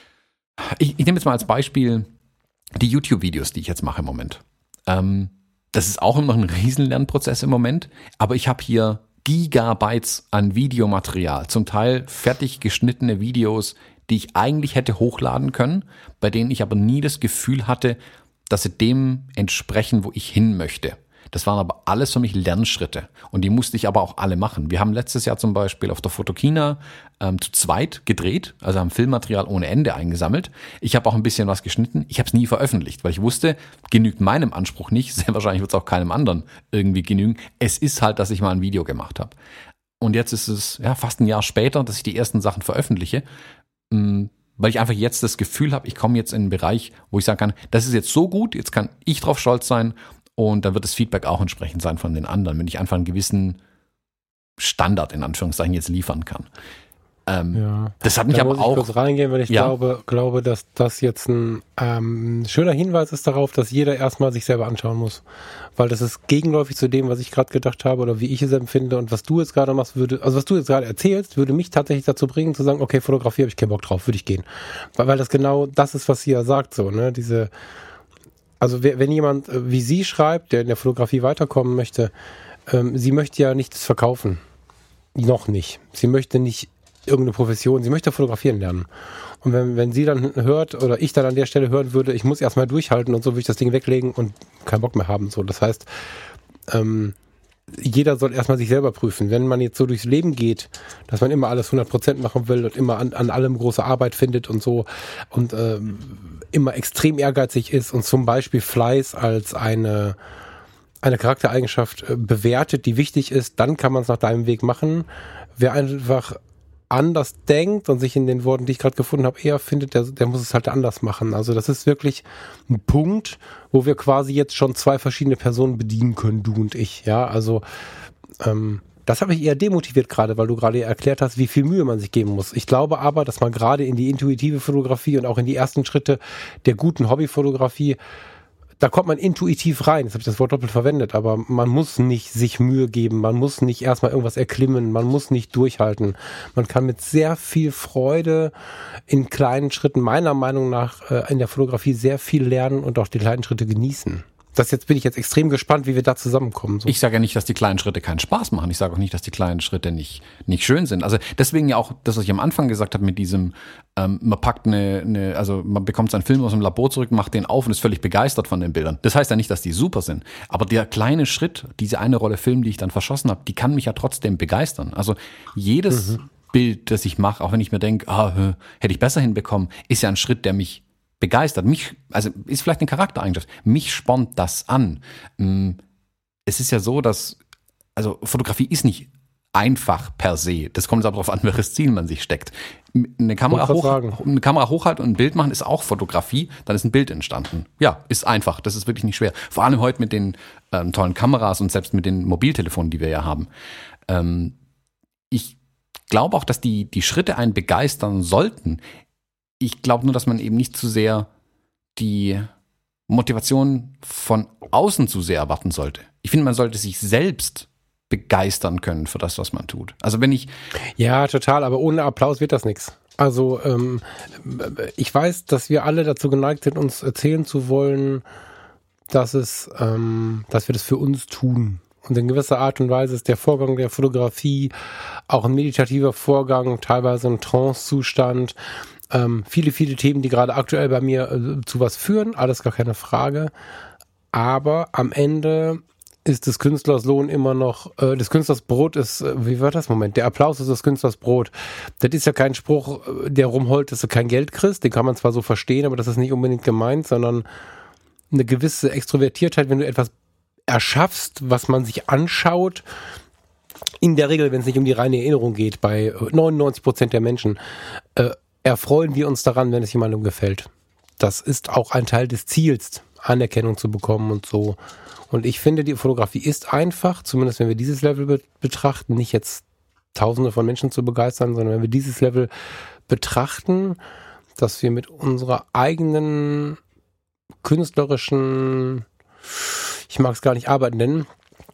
Speaker 1: Ich nehme jetzt mal als Beispiel die YouTube-Videos, die ich jetzt mache im Moment. Das ist auch immer noch ein Riesenlernprozess im Moment, aber ich habe hier Gigabytes an Videomaterial, zum Teil fertig geschnittene Videos, die ich eigentlich hätte hochladen können, bei denen ich aber nie das Gefühl hatte, dass sie dem entsprechen, wo ich hin möchte. Das waren aber alles für mich Lernschritte und die musste ich aber auch alle machen. Wir haben letztes Jahr zum Beispiel auf der Fotokina zu zweit gedreht, also haben Filmmaterial ohne Ende eingesammelt. Ich habe auch ein bisschen was geschnitten. Ich habe es nie veröffentlicht, weil ich wusste, genügt meinem Anspruch nicht. Sehr wahrscheinlich wird es auch keinem anderen irgendwie genügen. Es ist halt, dass ich mal ein Video gemacht habe. Und jetzt ist es fast ein Jahr später, dass ich die ersten Sachen veröffentliche, weil ich einfach jetzt das Gefühl habe, ich komme jetzt in einen Bereich, wo ich sagen kann, das ist jetzt so gut, jetzt kann ich drauf stolz sein. Und dann wird das Feedback auch entsprechend sein von den anderen, wenn ich einfach einen gewissen Standard in Anführungszeichen jetzt liefern kann. Das hat mich aber auch. Ich muss
Speaker 2: kurz reingehen, weil ich glaube, dass das jetzt ein schöner Hinweis ist darauf, dass jeder erstmal sich selber anschauen muss. Weil das ist gegenläufig zu dem, was ich gerade gedacht habe oder wie ich es empfinde und was du jetzt gerade machst, was du jetzt gerade erzählst, würde mich tatsächlich dazu bringen, zu sagen, okay, Fotografie habe ich keinen Bock drauf, würde ich gehen. Weil das genau das ist, was sie ja sagt, so, ne, also wenn jemand wie sie schreibt, der in der Fotografie weiterkommen möchte, sie möchte ja nichts verkaufen. Noch nicht. Sie möchte nicht irgendeine Profession, sie möchte fotografieren lernen. Und wenn sie dann hört, oder ich dann an der Stelle hören würde, ich muss erstmal durchhalten und so würde ich das Ding weglegen und keinen Bock mehr haben. So, das heißt, jeder soll erstmal sich selber prüfen. Wenn man jetzt so durchs Leben geht, dass man immer alles 100% machen will und immer an allem große Arbeit findet und so und immer extrem ehrgeizig ist und zum Beispiel Fleiß als eine Charaktereigenschaft bewertet, die wichtig ist, dann kann man es nach deinem Weg machen. Wer einfach anders denkt und sich in den Worten, die ich gerade gefunden habe, eher findet, der muss es halt anders machen. Also das ist wirklich ein Punkt, wo wir quasi jetzt schon zwei verschiedene Personen bedienen können, du und ich. Ja, also das hat mich eher demotiviert gerade, weil du gerade erklärt hast, wie viel Mühe man sich geben muss. Ich glaube aber, dass man gerade in die intuitive Fotografie und auch in die ersten Schritte der guten Hobbyfotografie, da kommt man intuitiv rein. Jetzt habe ich das Wort doppelt verwendet, aber man muss nicht sich Mühe geben, man muss nicht erstmal irgendwas erklimmen, man muss nicht durchhalten. Man kann mit sehr viel Freude in kleinen Schritten, meiner Meinung nach, in der Fotografie sehr viel lernen und auch die kleinen Schritte genießen. Bin ich jetzt extrem gespannt, wie wir da zusammenkommen. So.
Speaker 1: Ich sage ja nicht, dass die kleinen Schritte keinen Spaß machen. Ich sage auch nicht, dass die kleinen Schritte nicht schön sind. Also deswegen ja auch das, was ich am Anfang gesagt habe mit diesem, man packt man bekommt seinen Film aus dem Labor zurück, macht den auf und ist völlig begeistert von den Bildern. Das heißt ja nicht, dass die super sind. Aber der kleine Schritt, diese eine Rolle Film, die ich dann verschossen habe, die kann mich ja trotzdem begeistern. Also jedes Bild, das ich mache, auch wenn ich mir denke, hätte ich besser hinbekommen, ist ja ein Schritt, der mich begeistert. Also ist vielleicht eine Charaktereigenschaft. Mich spornt das an. Es ist ja so, dass, also Fotografie ist nicht einfach per se. Das kommt aber darauf an, welches Ziel man sich steckt. Eine Kamera hochhalten und ein Bild machen ist auch Fotografie, dann ist ein Bild entstanden. Ja, ist einfach. Das ist wirklich nicht schwer. Vor allem heute mit den tollen Kameras und selbst mit den Mobiltelefonen, die wir ja haben. Ich glaube auch, dass die Schritte einen begeistern sollten. Ich glaube nur, dass man eben nicht zu sehr die Motivation von außen zu sehr erwarten sollte. Ich finde, man sollte sich selbst begeistern können für das, was man tut. Also wenn ich...
Speaker 2: Ja, total, aber ohne Applaus wird das nichts. Also ich weiß, dass wir alle dazu geneigt sind, uns erzählen zu wollen, dass wir das für uns tun. Und in gewisser Art und Weise ist der Vorgang der Fotografie auch ein meditativer Vorgang, teilweise ein Trance-Zustand. Viele Themen, die gerade aktuell bei mir zu was führen, alles gar keine Frage. Aber am Ende ist des Künstlers Lohn immer noch, des Künstlers Brot ist, wie war das? Moment, der Applaus ist des Künstlers Brot. Das ist ja kein Spruch, der rumheult, dass du kein Geld kriegst. Den kann man zwar so verstehen, aber das ist nicht unbedingt gemeint, sondern eine gewisse Extrovertiertheit, wenn du etwas erschaffst, was man sich anschaut. In der Regel, wenn es nicht um die reine Erinnerung geht, bei 99% der Menschen, erfreuen wir uns daran, wenn es jemandem gefällt. Das ist auch ein Teil des Ziels, Anerkennung zu bekommen und so. Und ich finde, die Fotografie ist einfach, zumindest wenn wir dieses Level betrachten, nicht jetzt Tausende von Menschen zu begeistern, sondern wenn wir dieses Level betrachten, dass wir mit unserer eigenen künstlerischen, ich mag es gar nicht Arbeit nennen,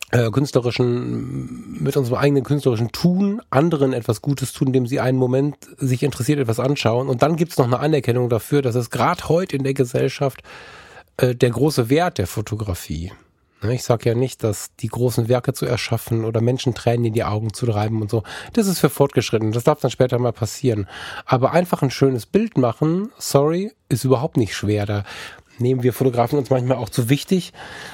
Speaker 2: mit unserem eigenen künstlerischen Tun anderen etwas Gutes tun, indem sie einen Moment sich interessiert etwas anschauen. Und dann gibt es noch eine Anerkennung dafür, dass es gerade heute in der Gesellschaft der große Wert der Fotografie. Ich sage ja nicht, dass die großen Werke zu erschaffen oder Menschen Tränen in die Augen zu treiben und so, das ist für Fortgeschrittene, das darf dann später mal passieren. Aber einfach ein schönes Bild machen, ist überhaupt nicht schwer. Da nehmen wir Fotografen uns manchmal auch zu wichtig.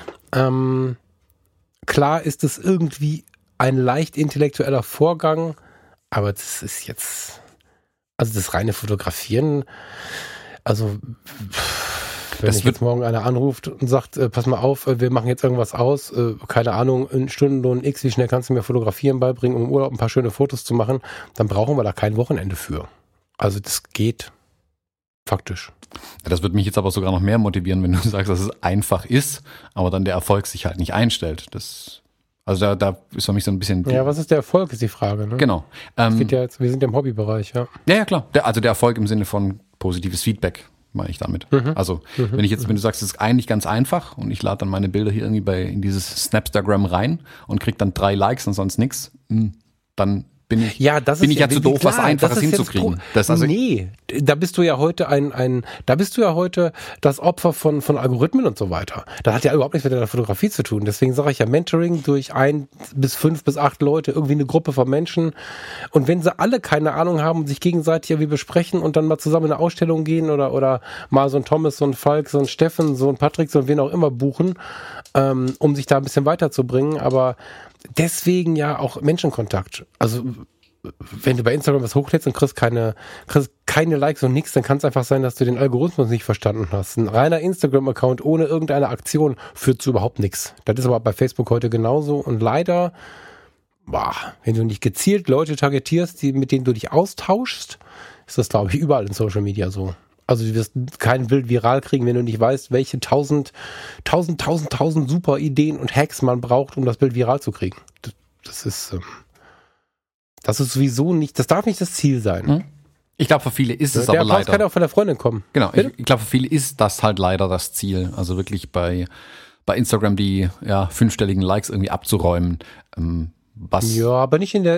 Speaker 2: Klar ist es irgendwie ein leicht intellektueller Vorgang, aber das ist jetzt, also das reine Fotografieren, also wenn mich jetzt morgen einer anruft und sagt, pass mal auf, wir machen jetzt irgendwas aus, keine Ahnung, in Stundenlohn X, wie schnell kannst du mir Fotografieren beibringen, um im Urlaub ein paar schöne Fotos zu machen, dann brauchen wir da kein Wochenende für. Also das geht faktisch.
Speaker 1: Das wird mich jetzt aber sogar noch mehr motivieren, wenn du sagst, dass es einfach ist, aber dann der Erfolg sich halt nicht einstellt. Also da ist für mich so ein bisschen...
Speaker 2: Ja, was ist der Erfolg, ist die Frage. Ne?
Speaker 1: Genau.
Speaker 2: Wir sind ja im Hobbybereich, ja.
Speaker 1: Ja, klar. Der Erfolg im Sinne von positives Feedback, meine ich damit. Also wenn du sagst, es ist eigentlich ganz einfach und ich lade dann meine Bilder hier irgendwie in dieses Snapstagram rein und krieg dann 3 Likes und sonst nichts, dann bin ich ja zu doof, was Einfaches hinzukriegen.
Speaker 2: Nee, da bist du ja heute das Opfer von Algorithmen und so weiter. Das hat ja überhaupt nichts mit der Fotografie zu tun. Deswegen sage ich ja Mentoring durch 1 bis 5 bis 8 Leute, irgendwie eine Gruppe von Menschen. Und wenn sie alle keine Ahnung haben und sich gegenseitig irgendwie besprechen und dann mal zusammen in eine Ausstellung gehen oder mal so ein Thomas, so ein Falk, so ein Steffen, so ein Patrick, so ein wen auch immer buchen, um sich da ein bisschen weiterzubringen. Aber deswegen ja auch Menschenkontakt. Also wenn du bei Instagram was hochlädst und kriegst keine Likes und nichts, dann kann es einfach sein, dass du den Algorithmus nicht verstanden hast. Ein reiner Instagram-Account ohne irgendeine Aktion führt zu überhaupt nichts. Das ist aber bei Facebook heute genauso. Und leider, wenn du nicht gezielt Leute targetierst, mit denen du dich austauschst, ist das, glaube ich, überall in Social Media so. Also du wirst kein Bild viral kriegen, wenn du nicht weißt, welche tausend super Ideen und Hacks man braucht, um das Bild viral zu kriegen. Das ist sowieso nicht, das darf nicht das Ziel sein.
Speaker 1: Ich glaube, für viele ist es
Speaker 2: der
Speaker 1: aber leider.
Speaker 2: Der kann auch von der Freundin kommen.
Speaker 1: Genau, ich glaube, für viele ist das halt leider das Ziel. Also wirklich bei Instagram die 5-stelligen Likes irgendwie abzuräumen.
Speaker 2: Ja, aber nicht in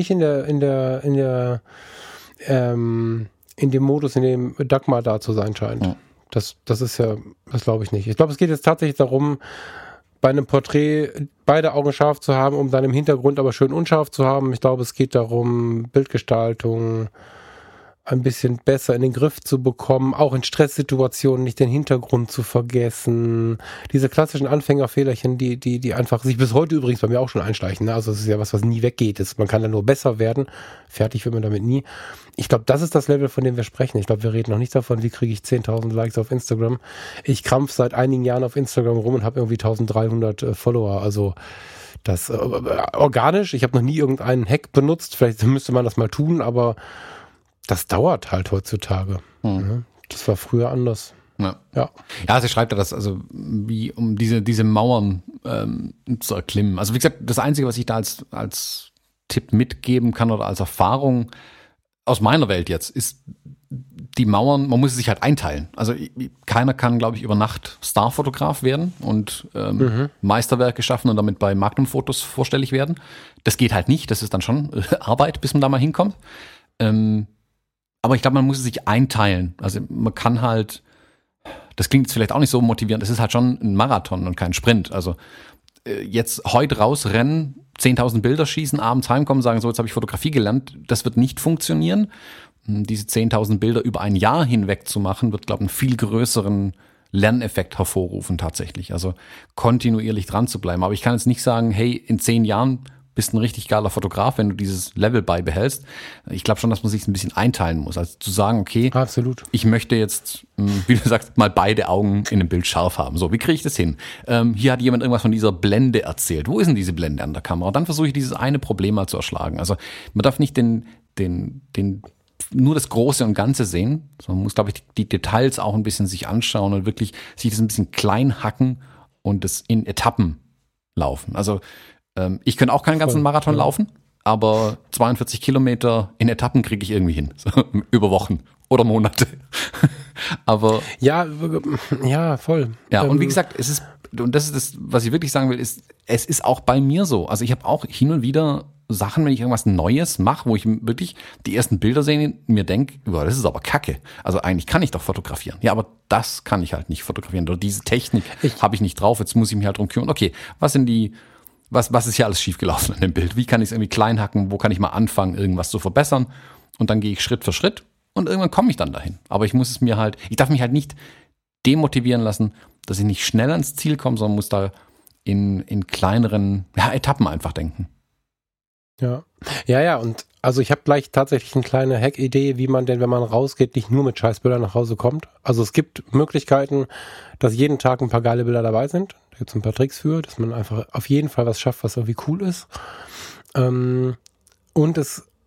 Speaker 2: dem Modus, in dem Dagmar da zu sein scheint. Ja. Das glaube ich nicht. Ich glaube, es geht jetzt tatsächlich darum, bei einem Porträt beide Augen scharf zu haben, um dann im Hintergrund aber schön unscharf zu haben. Ich glaube, es geht darum, Bildgestaltung ein bisschen besser in den Griff zu bekommen, auch in Stresssituationen nicht den Hintergrund zu vergessen. Diese klassischen Anfängerfehlerchen, die einfach sich bis heute übrigens bei mir auch schon einschleichen. Ne? Also es ist ja was nie weggeht. Man kann da nur besser werden. Fertig wird man damit nie. Ich glaube, das ist das Level, von dem wir sprechen. Ich glaube, wir reden noch nicht davon, wie kriege ich 10.000 Likes auf Instagram. Ich krampf seit einigen Jahren auf Instagram rum und habe irgendwie 1.300 Follower. Also das organisch. Ich habe noch nie irgendeinen Hack benutzt. Vielleicht müsste man das mal tun, aber das dauert halt heutzutage. Das war früher anders.
Speaker 1: Ja, sie schreibt ja das, also wie um diese Mauern zu erklimmen. Also wie gesagt, das Einzige, was ich da als Tipp mitgeben kann oder als Erfahrung aus meiner Welt jetzt, ist die Mauern, man muss sich halt einteilen. Also keiner kann, glaube ich, über Nacht Starfotograf werden und Meisterwerke schaffen und damit bei Magnum-Fotos vorstellig werden. Das geht halt nicht, das ist dann schon Arbeit, bis man da mal hinkommt. Aber ich glaube, man muss es sich einteilen. Also man kann halt, das klingt jetzt vielleicht auch nicht so motivierend, es ist halt schon ein Marathon und kein Sprint. Also jetzt heute rausrennen, 10.000 Bilder schießen, abends heimkommen, sagen, so, jetzt habe ich Fotografie gelernt, das wird nicht funktionieren. Diese 10.000 Bilder über ein Jahr hinweg zu machen, wird, glaube ich, einen viel größeren Lerneffekt hervorrufen tatsächlich. Also kontinuierlich dran zu bleiben. Aber ich kann jetzt nicht sagen, hey, in 10 Jahren bist ein richtig geiler Fotograf, wenn du dieses Level beibehältst. Ich glaube schon, dass man sich ein bisschen einteilen muss. Also zu sagen, okay,
Speaker 2: absolut.
Speaker 1: Ich möchte jetzt, wie du sagst, mal beide Augen in einem Bild scharf haben. So, wie kriege ich das hin? Hier hat jemand irgendwas von dieser Blende erzählt. Wo ist denn diese Blende an der Kamera? Und dann versuche ich dieses eine Problem mal zu erschlagen. Also man darf nicht nur das Große und Ganze sehen, sondern man muss, glaube ich, die Details auch ein bisschen sich anschauen und wirklich sich das ein bisschen klein hacken und das in Etappen laufen. Also ich könnte auch keinen ganzen Marathon laufen, aber 42 Kilometer in Etappen kriege ich irgendwie hin. So, über Wochen oder Monate. Aber
Speaker 2: ja, voll.
Speaker 1: Ja, und wie gesagt, es ist, und das ist das, was ich wirklich sagen will, ist, es ist auch bei mir so. Also ich habe auch hin und wieder Sachen, wenn ich irgendwas Neues mache, wo ich wirklich die ersten Bilder sehe und mir denke, das ist aber Kacke. Also eigentlich kann ich doch fotografieren. Ja, aber das kann ich halt nicht fotografieren. Oder diese Technik habe ich nicht drauf. Jetzt muss ich mich halt drum kümmern. Okay, was ist hier alles schiefgelaufen an dem Bild? Wie kann ich es irgendwie klein hacken? Wo kann ich mal anfangen, irgendwas zu verbessern? Und dann gehe ich Schritt für Schritt und irgendwann komme ich dann dahin. Aber ich darf mich halt nicht demotivieren lassen, dass ich nicht schnell ans Ziel komme, sondern muss da in kleineren Etappen einfach denken.
Speaker 2: Ja, und also ich habe gleich tatsächlich eine kleine Hack-Idee, wie man denn, wenn man rausgeht, nicht nur mit Scheißbildern nach Hause kommt. Also es gibt Möglichkeiten, dass jeden Tag ein paar geile Bilder dabei sind. Da gibt es ein paar Tricks für, dass man einfach auf jeden Fall was schafft, was irgendwie cool ist. Und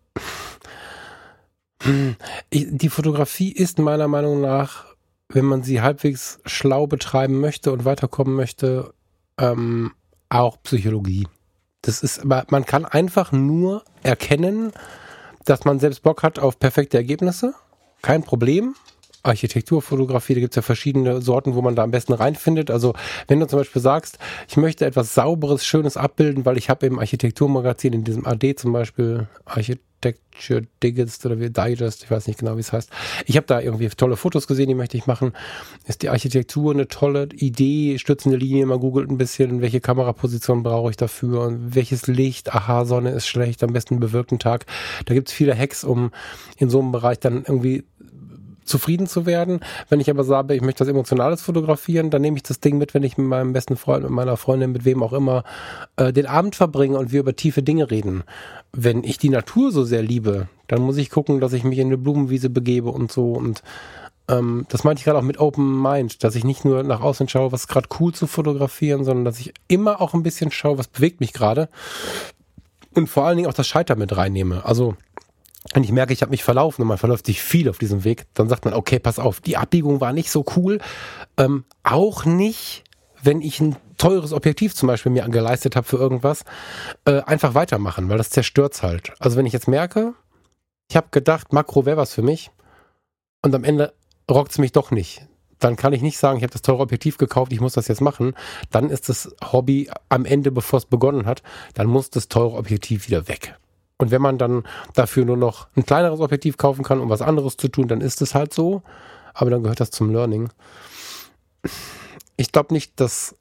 Speaker 2: die Fotografie ist meiner Meinung nach, wenn man sie halbwegs schlau betreiben möchte und weiterkommen möchte, auch Psychologie. Man kann einfach nur erkennen, dass man selbst Bock hat auf perfekte Ergebnisse. Kein Problem. Architekturfotografie, da gibt es ja verschiedene Sorten, wo man da am besten reinfindet. Also wenn du zum Beispiel sagst, ich möchte etwas Sauberes, Schönes abbilden, weil ich habe im Architekturmagazin, in diesem AD zum Beispiel, Architecture Digest oder Digest, ich weiß nicht genau, wie es heißt. Ich habe da irgendwie tolle Fotos gesehen, die möchte ich machen. Ist die Architektur eine tolle Idee? Stützende Linie, man googelt ein bisschen, welche Kameraposition brauche ich dafür und welches Licht, Sonne ist schlecht, am besten einen bewölkten Tag. Da gibt es viele Hacks, um in so einem Bereich dann irgendwie zufrieden zu werden. Wenn ich aber sage, ich möchte was Emotionales fotografieren, dann nehme ich das Ding mit, wenn ich mit meinem besten Freund, mit meiner Freundin, mit wem auch immer, den Abend verbringe und wir über tiefe Dinge reden. Wenn ich die Natur so sehr liebe, dann muss ich gucken, dass ich mich in eine Blumenwiese begebe und so. Und das meinte ich gerade auch mit Open Mind, dass ich nicht nur nach außen schaue, was ist gerade cool zu fotografieren, sondern dass ich immer auch ein bisschen schaue, was bewegt mich gerade. Und vor allen Dingen auch das Scheitern mit reinnehme. Also wenn ich merke, ich habe mich verlaufen und man verläuft sich viel auf diesem Weg, dann sagt man, okay, pass auf, die Abbiegung war nicht so cool. Auch nicht, wenn ich ein teures Objektiv zum Beispiel mir geleistet habe für irgendwas, einfach weitermachen, weil das zerstört's halt. Also wenn ich jetzt merke, ich habe gedacht, Makro wäre was für mich und am Ende rockt's mich doch nicht. Dann kann ich nicht sagen, ich habe das teure Objektiv gekauft, ich muss das jetzt machen. Dann ist das Hobby am Ende, bevor es begonnen hat, dann muss das teure Objektiv wieder weg. Und wenn man dann dafür nur noch ein kleineres Objektiv kaufen kann, um was anderes zu tun, dann ist es halt so. Aber dann gehört das zum Learning. Ich glaube nicht, dass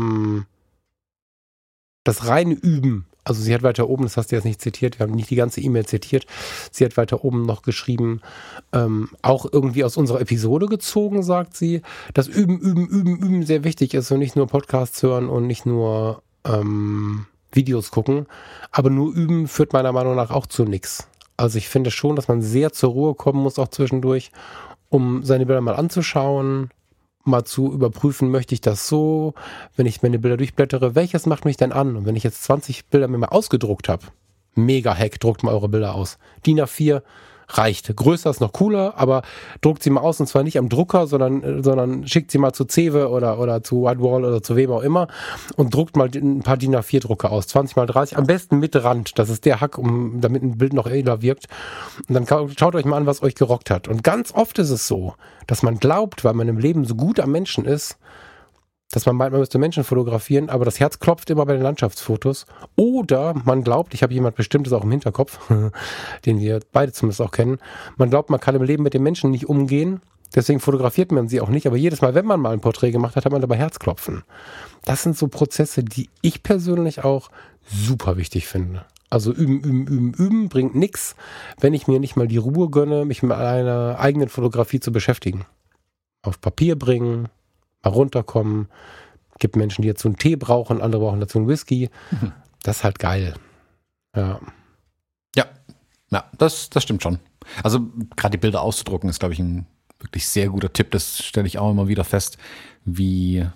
Speaker 2: das reine Üben, also sie hat weiter oben, das hast du jetzt nicht zitiert, wir haben nicht die ganze E-Mail zitiert, sie hat weiter oben noch geschrieben, auch irgendwie aus unserer Episode gezogen, sagt sie, dass Üben sehr wichtig ist und nicht nur Podcasts hören und nicht nur Videos gucken, aber nur Üben führt meiner Meinung nach auch zu nichts. Also ich finde schon, dass man sehr zur Ruhe kommen muss, auch zwischendurch, um seine Bilder mal anzuschauen, mal zu überprüfen, möchte ich das so, wenn ich meine Bilder durchblättere, welches macht mich denn an? Und wenn ich jetzt 20 Bilder mir mal ausgedruckt habe, mega Hack, druckt mal eure Bilder aus. DIN A4 reicht. Größer ist noch cooler, aber druckt sie mal aus und zwar nicht am Drucker, sondern schickt sie mal zu Cewe oder zu Whitewall oder zu wem auch immer und druckt mal ein paar DIN A4 Drucker aus. 20 mal 30, am besten mit Rand. Das ist der Hack, damit ein Bild noch edler wirkt. Und dann schaut euch mal an, was euch gerockt hat. Und ganz oft ist es so, dass man glaubt, weil man im Leben so gut am Menschen ist, dass man meint, man müsste Menschen fotografieren, aber das Herz klopft immer bei den Landschaftsfotos. Oder man glaubt, ich habe jemand Bestimmtes auch im Hinterkopf, den wir beide zumindest auch kennen, man glaubt, man kann im Leben mit den Menschen nicht umgehen, deswegen fotografiert man sie auch nicht, aber jedes Mal, wenn man mal ein Porträt gemacht hat, hat man dabei Herzklopfen. Das sind so Prozesse, die ich persönlich auch super wichtig finde. Also üben bringt nichts, wenn ich mir nicht mal die Ruhe gönne, mich mit einer eigenen Fotografie zu beschäftigen. Auf Papier bringen, mal runterkommen. Gibt Menschen, die dazu einen Tee brauchen, andere brauchen dazu einen Whisky. Das ist halt geil. Ja.
Speaker 1: Ja, das stimmt schon. Also gerade die Bilder auszudrucken ist, glaube ich, ein wirklich sehr guter Tipp. Das stelle ich auch immer wieder fest, wie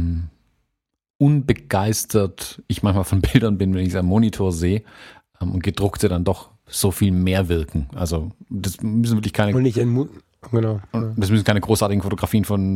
Speaker 1: unbegeistert ich manchmal von Bildern bin, wenn ich es am Monitor sehe und gedruckte dann doch so viel mehr wirken. Also das müssen wirklich keine...
Speaker 2: Und nicht genau.
Speaker 1: Das müssen keine großartigen Fotografien von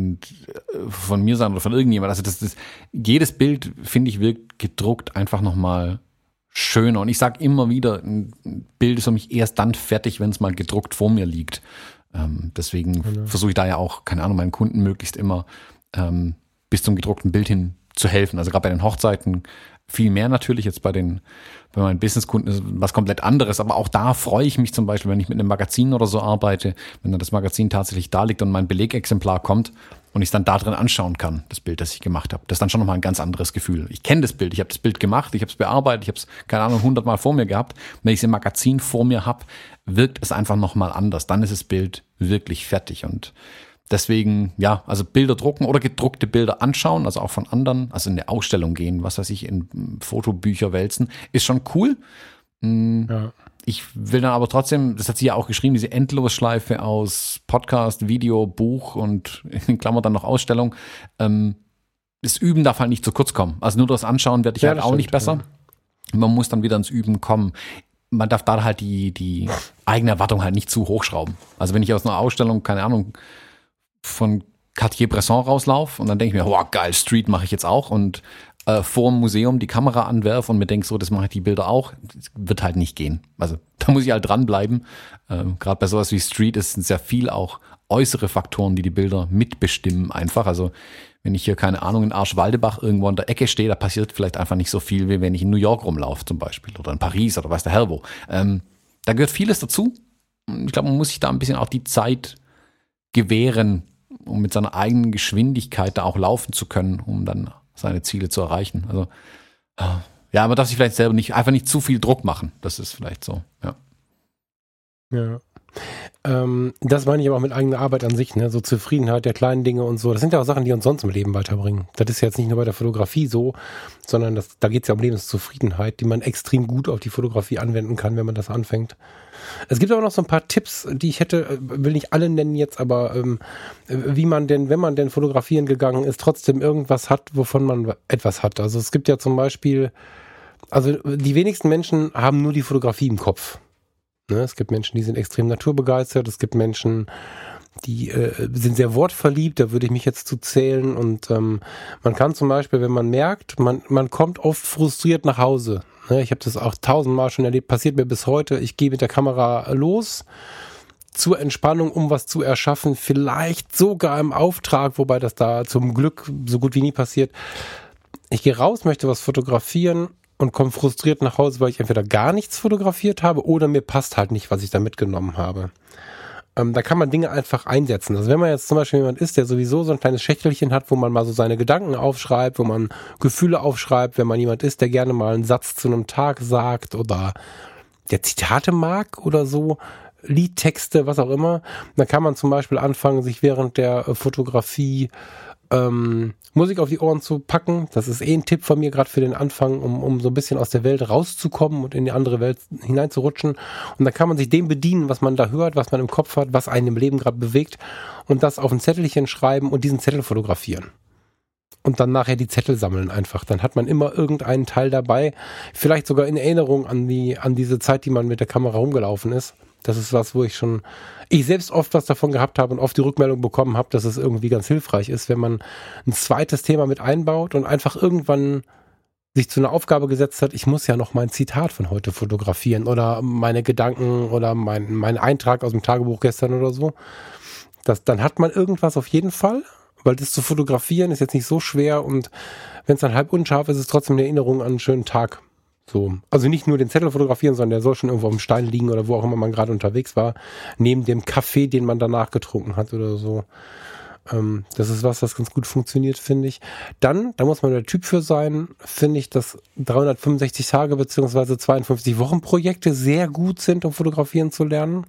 Speaker 1: mir sein oder von irgendjemand. Also jedes Bild, finde ich, wirkt gedruckt einfach nochmal schöner. Und ich sage immer wieder, ein Bild ist für mich erst dann fertig, wenn es mal gedruckt vor mir liegt. Deswegen versuche ich da ja auch, keine Ahnung, meinen Kunden möglichst immer bis zum gedruckten Bild hin zu helfen. Also gerade bei den Hochzeiten viel mehr natürlich, jetzt bei meinen Businesskunden ist was komplett anderes, aber auch da freue ich mich zum Beispiel, wenn ich mit einem Magazin oder so arbeite, wenn dann das Magazin tatsächlich da liegt und mein Belegexemplar kommt und ich es dann da drin anschauen kann, das Bild, das ich gemacht habe. Das ist dann schon nochmal ein ganz anderes Gefühl. Ich kenne das Bild, ich habe das Bild gemacht, ich habe es bearbeitet, ich habe es, keine Ahnung, 100 Mal vor mir gehabt. Wenn ich es im Magazin vor mir habe, wirkt es einfach nochmal anders. Dann ist das Bild wirklich fertig und deswegen, ja, also Bilder drucken oder gedruckte Bilder anschauen, also auch von anderen, also in eine Ausstellung gehen, was weiß ich, in Fotobücher wälzen, ist schon cool. Ja. Ich will dann aber trotzdem, das hat sie ja auch geschrieben, diese Endlosschleife aus Podcast, Video, Buch und in Klammern dann noch Ausstellung. Das Üben darf halt nicht zu kurz kommen. Also nur das Anschauen werde ich halt auch stimmt, nicht besser. Ja. Man muss dann wieder ins Üben kommen. Man darf da halt die eigene Erwartung halt nicht zu hochschrauben. Also wenn ich aus einer Ausstellung, keine Ahnung, von Cartier-Bresson rauslaufe und dann denke ich mir, wow, geil, Street mache ich jetzt auch und vor dem Museum die Kamera anwerfe und mir denke, so, das mache ich die Bilder auch, das wird halt nicht gehen. Also da muss ich halt dranbleiben. Gerade bei sowas wie Street ist sehr viel auch äußere Faktoren, die Bilder mitbestimmen einfach. Also wenn ich hier, keine Ahnung, in Arschwaldebach irgendwo an der Ecke stehe, da passiert vielleicht einfach nicht so viel, wie wenn ich in New York rumlaufe zum Beispiel oder in Paris oder weiß der Herr wo. Da gehört vieles dazu. Ich glaube, man muss sich da ein bisschen auch die Zeit gewähren, um mit seiner eigenen Geschwindigkeit da auch laufen zu können, um dann seine Ziele zu erreichen. Also ja, man darf sich vielleicht selber einfach nicht zu viel Druck machen. Das ist vielleicht so, ja.
Speaker 2: Ja. Das meine ich aber auch mit eigener Arbeit an sich, ne? So Zufriedenheit der kleinen Dinge und so. Das sind ja auch Sachen, die uns sonst im Leben weiterbringen. Das ist ja jetzt nicht nur bei der Fotografie so, sondern da geht es ja um Lebenszufriedenheit, die man extrem gut auf die Fotografie anwenden kann, wenn man das anfängt. Es gibt aber noch so ein paar Tipps, die ich hätte, will nicht alle nennen jetzt, aber wie man denn, wenn man denn fotografieren gegangen ist, trotzdem irgendwas hat, wovon man etwas hat. Also es gibt ja zum Beispiel, also die wenigsten Menschen haben nur die Fotografie im Kopf. Ne? Es gibt Menschen, die sind extrem naturbegeistert, es gibt Menschen, die sind sehr wortverliebt, da würde ich mich jetzt zu zählen, und man kann zum Beispiel, wenn man merkt, man kommt oft frustriert nach Hause. Ich habe das auch 1000-mal schon erlebt, passiert mir bis heute. Ich gehe mit der Kamera los zur Entspannung, um was zu erschaffen, vielleicht sogar im Auftrag, wobei das da zum Glück so gut wie nie passiert. Ich gehe raus, möchte was fotografieren und komme frustriert nach Hause, weil ich entweder gar nichts fotografiert habe oder mir passt halt nicht, was ich da mitgenommen habe. Da kann man Dinge einfach einsetzen. Also wenn man jetzt zum Beispiel jemand ist, der sowieso so ein kleines Schächtelchen hat, wo man mal so seine Gedanken aufschreibt, wo man Gefühle aufschreibt, wenn man jemand ist, der gerne mal einen Satz zu einem Tag sagt oder der Zitate mag oder so, Liedtexte, was auch immer, dann kann man zum Beispiel anfangen, sich während der Fotografie Musik auf die Ohren zu packen. Das ist ein Tipp von mir, gerade für den Anfang, um so ein bisschen aus der Welt rauszukommen und in die andere Welt hineinzurutschen. Und dann kann man sich dem bedienen, was man da hört, was man im Kopf hat, was einen im Leben gerade bewegt, und das auf ein Zettelchen schreiben und diesen Zettel fotografieren. Und dann nachher die Zettel sammeln einfach. Dann hat man immer irgendeinen Teil dabei, vielleicht sogar in Erinnerung an diese Zeit, die man mit der Kamera rumgelaufen ist. Das ist was, wo ich selbst oft was davon gehabt habe und oft die Rückmeldung bekommen habe, dass es irgendwie ganz hilfreich ist, wenn man ein zweites Thema mit einbaut und einfach irgendwann sich zu einer Aufgabe gesetzt hat, ich muss ja noch mein Zitat von heute fotografieren oder meine Gedanken oder mein Eintrag aus dem Tagebuch gestern oder so. Dann hat man irgendwas auf jeden Fall, weil das zu fotografieren ist jetzt nicht so schwer, und wenn es dann halb unscharf ist, ist es trotzdem eine Erinnerung an einen schönen Tag. So. Also nicht nur den Zettel fotografieren, sondern der soll schon irgendwo auf dem Stein liegen oder wo auch immer man gerade unterwegs war, neben dem Kaffee, den man danach getrunken hat oder so. Das ist was ganz gut funktioniert, finde ich. Dann, da muss man der Typ für sein, finde ich, dass 365 Tage bzw. 52 Wochen Projekte sehr gut sind, um fotografieren zu lernen.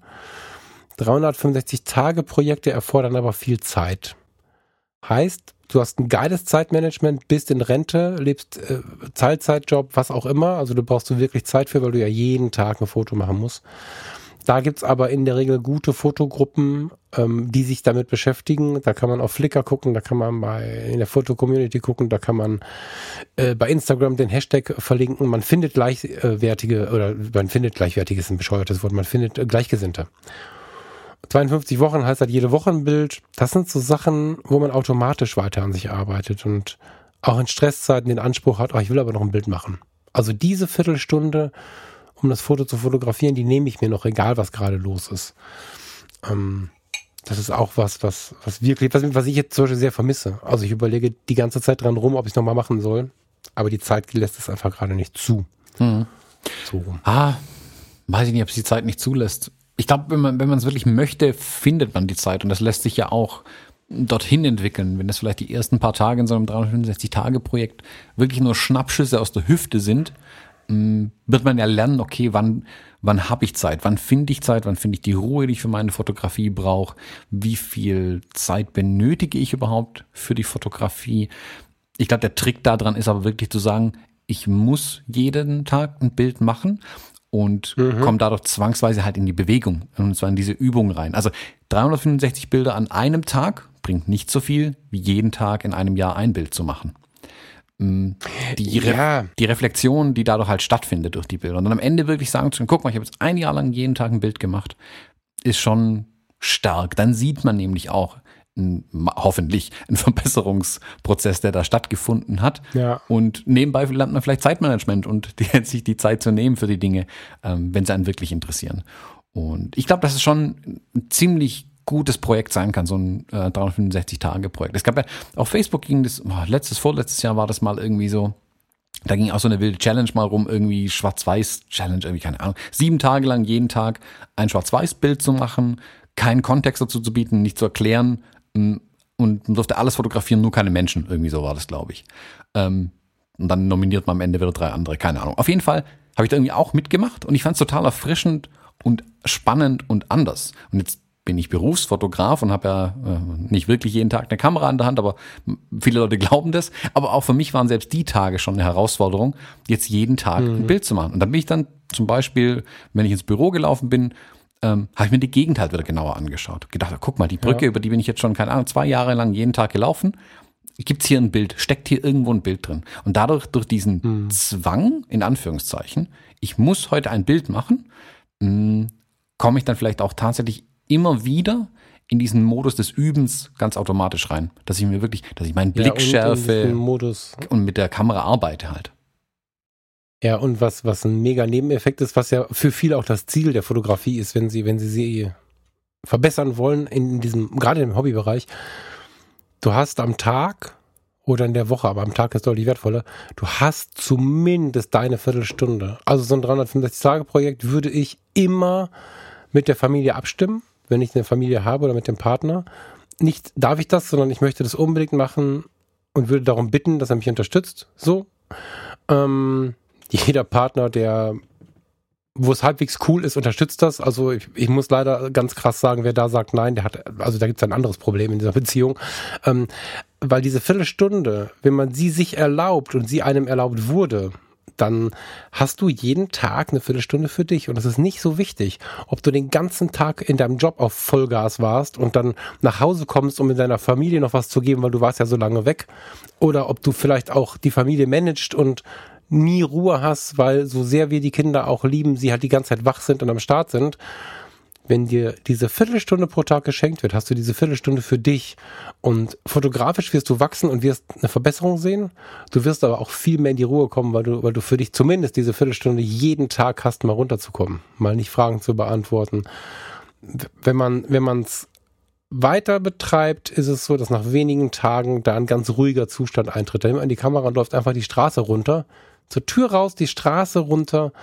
Speaker 2: 365 Tage Projekte erfordern aber viel Zeit. Heißt, du hast ein geiles Zeitmanagement, bist in Rente, lebst Teilzeitjob, was auch immer. Also du brauchst du wirklich Zeit für, weil du ja jeden Tag ein Foto machen musst. Da gibt's aber in der Regel gute Fotogruppen, die sich damit beschäftigen. Da kann man auf Flickr gucken, da kann man in der Foto-Community gucken, da kann man bei Instagram den Hashtag verlinken. Man findet gleichwertige ist ein bescheuertes Wort, man findet Gleichgesinnte. 52 Wochen heißt halt jede Woche ein Bild. Das sind so Sachen, wo man automatisch weiter an sich arbeitet und auch in Stresszeiten den Anspruch hat, ich will aber noch ein Bild machen. Also diese Viertelstunde, um das Foto zu fotografieren, die nehme ich mir noch, egal was gerade los ist. Das ist auch was ich jetzt zum Beispiel sehr vermisse. Also ich überlege die ganze Zeit dran rum, ob ich es nochmal machen soll. Aber die Zeit lässt es einfach gerade nicht zu.
Speaker 1: Mhm.
Speaker 2: So.
Speaker 1: Weiß ich nicht, ob es die Zeit nicht zulässt. Ich glaube, wenn man es wirklich möchte, findet man die Zeit. Und das lässt sich ja auch dorthin entwickeln. Wenn das vielleicht die ersten paar Tage in so einem 365-Tage-Projekt wirklich nur Schnappschüsse aus der Hüfte sind, wird man ja lernen, okay, wann habe ich Zeit? Wann finde ich Zeit? Wann finde ich die Ruhe, die ich für meine Fotografie brauche? Wie viel Zeit benötige ich überhaupt für die Fotografie? Ich glaube, der Trick daran ist aber wirklich zu sagen, ich muss jeden Tag ein Bild machen. Und komme dadurch zwangsweise halt in die Bewegung und zwar in diese Übung rein. Also 365 Bilder an einem Tag bringt nicht so viel, wie jeden Tag in einem Jahr ein Bild zu machen. Die Reflexion, die dadurch halt stattfindet durch die Bilder. Und dann am Ende wirklich sagen zu können, guck mal, ich habe jetzt ein Jahr lang jeden Tag ein Bild gemacht, ist schon stark. Dann sieht man nämlich auch hoffentlich ein Verbesserungsprozess, der da stattgefunden hat. Ja. Und nebenbei lernt man vielleicht Zeitmanagement und sich die Zeit zu nehmen für die Dinge, wenn sie einen wirklich interessieren. Und ich glaube, dass es schon ein ziemlich gutes Projekt sein kann, so ein 365-Tage-Projekt. Es gab ja, auf Facebook ging das, vorletztes Jahr war das mal irgendwie so, da ging auch so eine wilde Challenge mal rum, irgendwie Schwarz-Weiß-Challenge, irgendwie, keine Ahnung. 7 Tage lang jeden Tag ein Schwarz-Weiß-Bild zu machen, keinen Kontext dazu zu bieten, nicht zu erklären, und man durfte alles fotografieren, nur keine Menschen. Irgendwie so war das, glaube ich. Und dann nominiert man am Ende wieder 3 andere, keine Ahnung. Auf jeden Fall habe ich da irgendwie auch mitgemacht und ich fand es total erfrischend, und spannend und anders. Und jetzt bin ich Berufsfotograf und habe ja nicht wirklich jeden Tag eine Kamera in der Hand, aber viele Leute glauben das. Aber auch für mich waren selbst die Tage schon eine Herausforderung, jetzt jeden Tag ein Bild zu machen. Und dann bin ich dann zum Beispiel, wenn ich ins Büro gelaufen bin, habe ich mir die Gegend halt wieder genauer angeschaut. Gedacht, guck mal, die Brücke, über die bin ich jetzt schon, keine Ahnung, 2 Jahre lang jeden Tag gelaufen. Gibt's hier ein Bild, steckt hier irgendwo ein Bild drin. Und dadurch, durch diesen Zwang, in Anführungszeichen, ich muss heute ein Bild machen, komme ich dann vielleicht auch tatsächlich immer wieder in diesen Modus des Übens ganz automatisch rein. Dass ich meinen Blick schärfe und mit der Kamera arbeite halt.
Speaker 2: Ja, und was ein mega Nebeneffekt ist, was ja für viele auch das Ziel der Fotografie ist, wenn sie verbessern wollen gerade im Hobbybereich. Du hast am Tag oder in der Woche, aber am Tag ist deutlich wertvoller, du hast zumindest deine Viertelstunde. Also so ein 365-Tage-Projekt würde ich immer mit der Familie abstimmen, wenn ich eine Familie habe oder mit dem Partner. Nicht darf ich das, sondern ich möchte das unbedingt machen und würde darum bitten, dass er mich unterstützt. So. Jeder Partner, wo es halbwegs cool ist, unterstützt das. Also ich muss leider ganz krass sagen, wer da sagt nein, da gibt es ein anderes Problem in dieser Beziehung. Weil diese Viertelstunde, wenn man sie sich erlaubt und sie einem erlaubt wurde, dann hast du jeden Tag eine Viertelstunde für dich. Und das ist nicht so wichtig, ob du den ganzen Tag in deinem Job auf Vollgas warst und dann nach Hause kommst, um in deiner Familie noch was zu geben, weil du warst ja so lange weg. Oder ob du vielleicht auch die Familie managst und nie Ruhe hast, weil so sehr wir die Kinder auch lieben, sie halt die ganze Zeit wach sind und am Start sind. Wenn dir diese Viertelstunde pro Tag geschenkt wird, hast du diese Viertelstunde für dich und fotografisch wirst du wachsen und wirst eine Verbesserung sehen. Du wirst aber auch viel mehr in die Ruhe kommen, weil du für dich zumindest diese Viertelstunde jeden Tag hast, mal runterzukommen, mal nicht Fragen zu beantworten. Wenn man es weiter betreibt, ist es so, dass nach wenigen Tagen da ein ganz ruhiger Zustand eintritt. Da nimmt man die Kamera und läuft einfach die Straße runter, zur Tür raus, die Straße runter.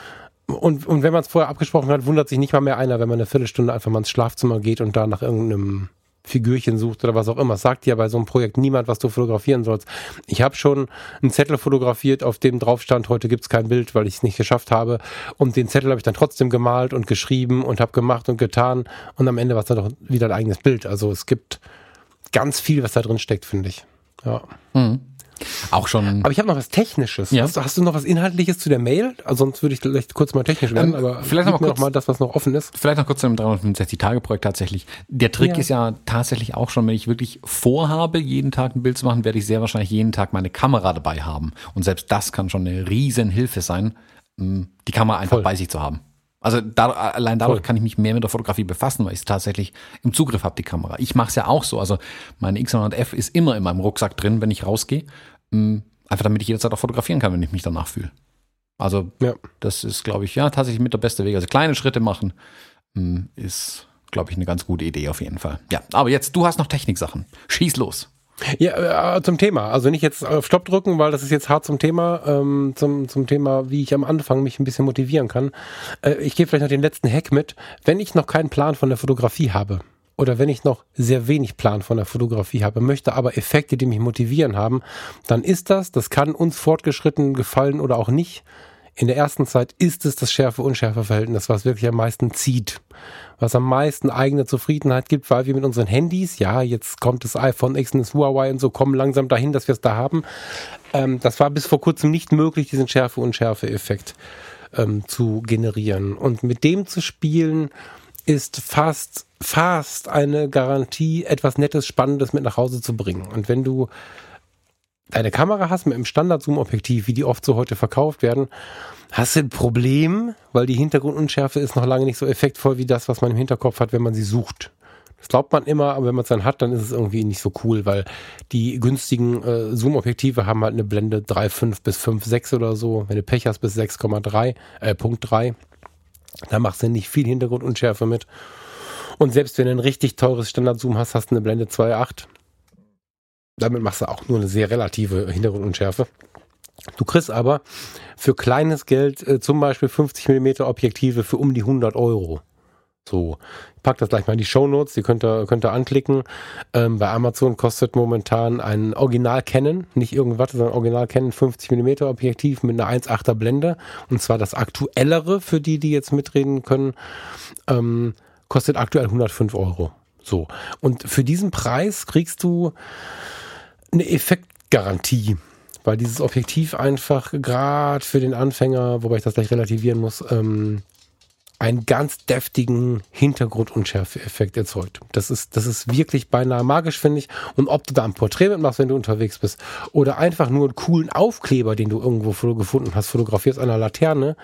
Speaker 2: Und wenn man es vorher abgesprochen hat, wundert sich nicht mal mehr einer, wenn man eine Viertelstunde einfach mal ins Schlafzimmer geht und da nach irgendeinem Figürchen sucht oder was auch immer. Es sagt dir bei so einem Projekt niemand, was du fotografieren sollst. Ich habe schon einen Zettel fotografiert, auf dem drauf stand, heute gibt's kein Bild, weil ich es nicht geschafft habe. Und den Zettel habe ich dann trotzdem gemalt und geschrieben und habe gemacht und getan. Und am Ende war es dann doch wieder ein eigenes Bild. Also es gibt ganz viel, was da drin steckt, finde ich. Ja.
Speaker 1: Auch schon.
Speaker 2: Aber ich habe noch was Technisches.
Speaker 1: Ja.
Speaker 2: Hast du noch was Inhaltliches zu der Mail? Also sonst würde ich vielleicht kurz mal technisch werden, aber
Speaker 1: vielleicht noch
Speaker 2: mal das, was noch offen ist.
Speaker 1: Vielleicht noch kurz zu dem 365-Tage-Projekt tatsächlich. Der Trick ist ja tatsächlich auch schon, wenn ich wirklich vorhabe, jeden Tag ein Bild zu machen, werde ich sehr wahrscheinlich jeden Tag meine Kamera dabei haben. Und selbst das kann schon eine riesen Hilfe sein, die Kamera einfach bei sich zu haben. Also allein dadurch kann ich mich mehr mit der Fotografie befassen, weil ich es tatsächlich im Zugriff habe, die Kamera. Ich mache es ja auch so. Also meine X100F ist immer in meinem Rucksack drin, wenn ich rausgehe. Einfach damit ich jederzeit auch fotografieren kann, wenn ich mich danach fühle. Also das ist, glaube ich, tatsächlich mit der beste Weg. Also kleine Schritte machen ist, glaube ich, eine ganz gute Idee auf jeden Fall. Ja, aber jetzt, du hast noch Techniksachen. Schieß los.
Speaker 2: Ja, zum Thema. Also nicht jetzt auf Stopp drücken, weil das ist jetzt hart zum Thema, zum Thema, wie ich am Anfang mich ein bisschen motivieren kann. Ich gebe vielleicht noch den letzten Hack mit. Wenn ich noch keinen Plan von der Fotografie habe, oder wenn ich noch sehr wenig Plan von der Fotografie habe, möchte aber Effekte, die mich motivieren haben, dann ist das kann uns fortgeschritten gefallen oder auch nicht. In der ersten Zeit ist es das Schärfe-Unschärfe-Verhältnis, was wirklich am meisten zieht, was am meisten eigene Zufriedenheit gibt, weil wir mit unseren Handys, jetzt kommt das iPhone X und das Huawei und so, kommen langsam dahin, dass wir es da haben. Das war bis vor kurzem nicht möglich, diesen Schärfe-Unschärfe-Effekt zu generieren. Und mit dem zu spielen, ist fast eine Garantie, etwas Nettes, Spannendes mit nach Hause zu bringen. Und wenn du deine Kamera hast mit einem Standard-Zoom-Objektiv, wie die oft so heute verkauft werden, hast du ein Problem, weil die Hintergrundunschärfe ist noch lange nicht so effektvoll wie das, was man im Hinterkopf hat, wenn man sie sucht. Das glaubt man immer, aber wenn man es dann hat, dann ist es irgendwie nicht so cool, weil die günstigen Zoom-Objektive haben halt eine Blende 3,5 bis 5,6 oder so. Wenn du Pech hast, bis 6,3. Da machst du nicht viel Hintergrundunschärfe mit. Und selbst wenn du ein richtig teures Standard-Zoom hast, hast du eine Blende 2,8. Damit machst du auch nur eine sehr relative Hintergrundunschärfe. Du kriegst aber für kleines Geld zum Beispiel 50 mm Objektive für um die 100 Euro. So, ich packe das gleich mal in die Shownotes, die könnt ihr anklicken. Bei Amazon kostet momentan ein Original Canon, nicht irgendwas, sondern Original Canon 50mm Objektiv mit einer 1,8er Blende. Und zwar das aktuellere, für die jetzt mitreden können, kostet aktuell 105 Euro. So, und für diesen Preis kriegst du eine Effektgarantie, weil dieses Objektiv einfach gerade für den Anfänger, wobei ich das gleich relativieren muss, einen ganz deftigen Hintergrundunschärfe-Effekt erzeugt. Das ist wirklich beinahe magisch, finde ich. Und ob du da ein Porträt mitmachst, wenn du unterwegs bist, oder einfach nur einen coolen Aufkleber, den du irgendwo gefunden hast, fotografierst an einer Laterne,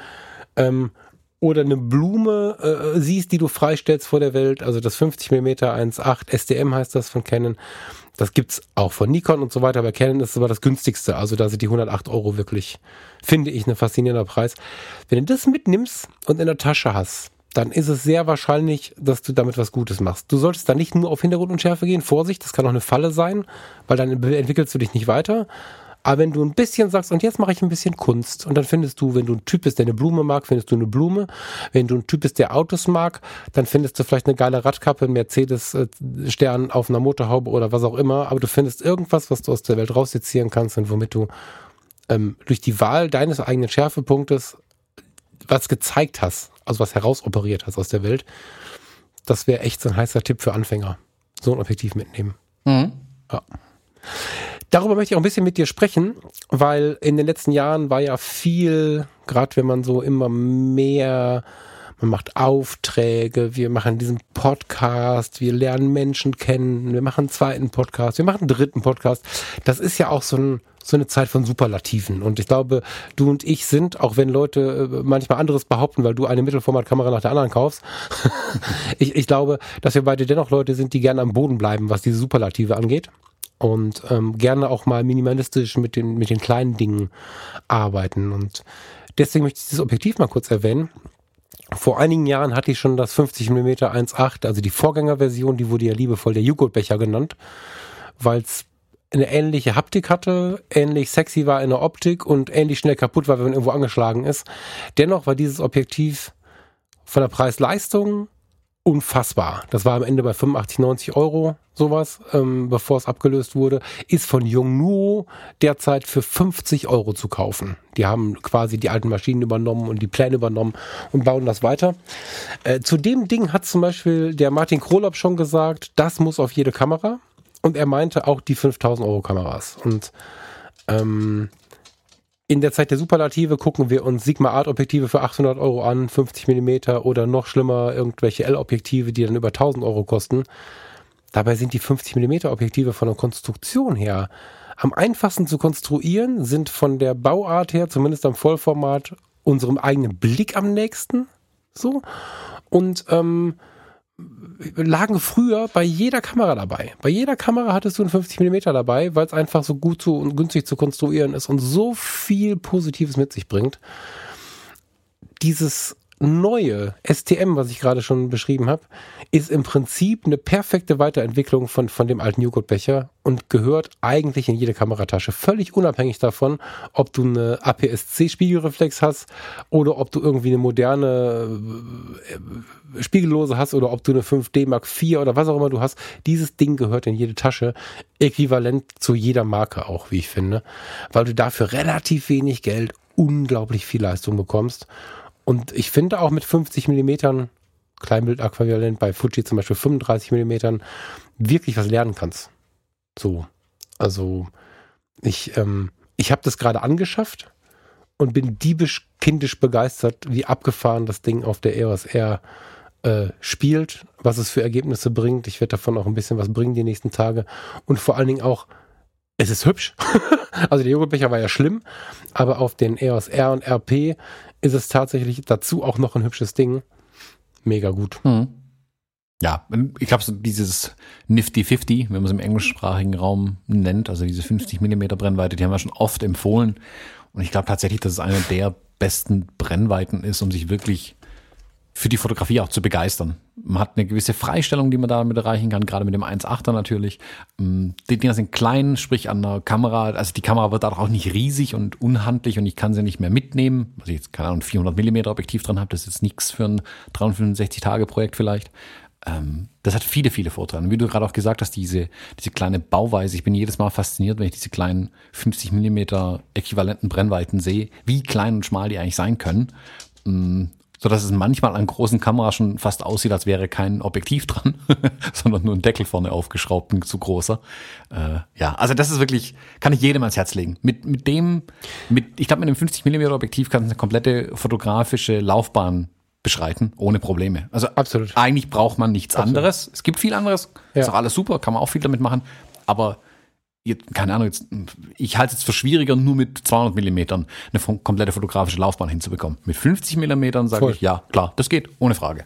Speaker 2: oder eine Blume siehst, die du freistellst vor der Welt, also das 50mm 1.8 STM heißt das von Canon. Das gibt's auch von Nikon und so weiter. Bei Canon ist es aber das günstigste. Also da sind die 108 Euro wirklich, finde ich, ein faszinierender Preis. Wenn du das mitnimmst und in der Tasche hast, dann ist es sehr wahrscheinlich, dass du damit was Gutes machst. Du solltest da nicht nur auf Hintergrundunschärfe gehen. Vorsicht, das kann auch eine Falle sein, weil dann entwickelst du dich nicht weiter. Aber wenn du ein bisschen sagst, und jetzt mache ich ein bisschen Kunst, und dann findest du, wenn du ein Typ bist, der eine Blume mag, findest du eine Blume. Wenn du ein Typ bist, der Autos mag, dann findest du vielleicht eine geile Radkappe, einen Mercedes-Stern auf einer Motorhaube oder was auch immer. Aber du findest irgendwas, was du aus der Welt raussezieren kannst und womit du durch die Wahl deines eigenen Schärfepunktes was gezeigt hast, also was herausoperiert hast aus der Welt. Das wäre echt so ein heißer Tipp für Anfänger. So ein Objektiv mitnehmen. Mhm. Ja. Darüber möchte ich auch ein bisschen mit dir sprechen, weil in den letzten Jahren war ja viel, gerade wenn man so immer mehr, man macht Aufträge, wir machen diesen Podcast, wir lernen Menschen kennen, wir machen einen zweiten Podcast, wir machen einen dritten Podcast. Das ist ja auch so eine Zeit von Superlativen. Und ich glaube, du und ich sind, auch wenn Leute manchmal anderes behaupten, weil du eine Mittelformatkamera nach der anderen kaufst, ich glaube, dass wir beide dennoch Leute sind, die gerne am Boden bleiben, was diese Superlative angeht. Und gerne auch mal minimalistisch mit den kleinen Dingen arbeiten. Und deswegen möchte ich dieses Objektiv mal kurz erwähnen. Vor einigen Jahren hatte ich schon das 50mm 1.8, also die Vorgängerversion, die wurde ja liebevoll der Joghurtbecher genannt, weil es eine ähnliche Haptik hatte, ähnlich sexy war in der Optik und ähnlich schnell kaputt war, wenn man irgendwo angeschlagen ist. Dennoch war dieses Objektiv von der Preis-Leistung unfassbar. Das war am Ende bei 85, 90 Euro, sowas, bevor es abgelöst wurde. Ist von Yongnuo derzeit für 50 Euro zu kaufen. Die haben quasi die alten Maschinen übernommen und die Pläne übernommen und bauen das weiter. Zu dem Ding hat zum Beispiel der Martin Krolop schon gesagt, das muss auf jede Kamera. Und er meinte auch die 5000 Euro Kameras. Und in der Zeit der Superlative gucken wir uns Sigma Art Objektive für 800 Euro an, 50mm oder noch schlimmer irgendwelche L-Objektive, die dann über 1000 Euro kosten. Dabei sind die 50mm Objektive von der Konstruktion her am einfachsten zu konstruieren, sind von der Bauart her, zumindest am Vollformat, unserem eigenen Blick am nächsten. So. Und lagen früher bei jeder Kamera dabei. Bei jeder Kamera hattest du einen 50mm dabei, weil es einfach so gut und günstig zu konstruieren ist und so viel Positives mit sich bringt. Dieses neue STM, was ich gerade schon beschrieben habe, ist im Prinzip eine perfekte Weiterentwicklung von dem alten Joghurtbecher und gehört eigentlich in jede Kameratasche. Völlig unabhängig davon, ob du eine APS-C-Spiegelreflex hast oder ob du irgendwie eine moderne Spiegellose hast oder ob du eine 5D Mark IV oder was auch immer du hast. Dieses Ding gehört in jede Tasche, äquivalent zu jeder Marke auch, wie ich finde, weil du dafür relativ wenig Geld unglaublich viel Leistung bekommst. Und ich finde auch mit 50mm Kleinbild-Äquivalent, bei Fuji zum Beispiel 35mm, wirklich was lernen kannst. So, also ich habe das gerade angeschafft und bin diebisch kindisch begeistert, wie abgefahren das Ding auf der EOS R spielt, was es für Ergebnisse bringt. Ich werde davon auch ein bisschen was bringen die nächsten Tage. Und vor allen Dingen auch, es ist hübsch. Also der Joghurtbecher war ja schlimm, aber auf den EOS R und RP ist es tatsächlich dazu auch noch ein hübsches Ding. Mega gut.
Speaker 1: Mhm. Ja, ich glaube, so dieses Nifty 50, wenn man es im englischsprachigen Raum nennt, also diese 50mm Brennweite, die haben wir schon oft empfohlen. Und ich glaube tatsächlich, dass es eine der besten Brennweiten ist, um sich wirklich für die Fotografie auch zu begeistern. Man hat eine gewisse Freistellung, die man damit erreichen kann, gerade mit dem 1.8er natürlich. Die Dinger sind klein, sprich an der Kamera, also die Kamera wird dadurch auch nicht riesig und unhandlich und ich kann sie nicht mehr mitnehmen. Also ich jetzt, keine Ahnung, 400 mm Objektiv dran habe, das ist jetzt nichts für ein 365-Tage-Projekt vielleicht. Das hat viele, viele Vorteile. Und wie du gerade auch gesagt hast, diese kleine Bauweise, ich bin jedes Mal fasziniert, wenn ich diese kleinen 50 mm äquivalenten Brennweiten sehe, wie klein und schmal die eigentlich sein können. So dass es manchmal an großen Kameras schon fast aussieht, als wäre kein Objektiv dran, sondern nur ein Deckel vorne aufgeschraubt, ein zu großer. Ja, also das ist wirklich, kann ich jedem ans Herz legen. Ich glaube, mit dem 50 mm Objektiv kannst du eine komplette fotografische Laufbahn beschreiten, ohne Probleme. Also
Speaker 2: absolut.
Speaker 1: Eigentlich braucht man nichts anderes. Es gibt viel anderes, ist auch alles super, kann man auch viel damit machen, aber keine Ahnung, ich halte es für schwieriger, nur mit 200 Millimetern eine komplette fotografische Laufbahn hinzubekommen. Mit 50 Millimetern sage ich, ja, klar, das geht, ohne Frage.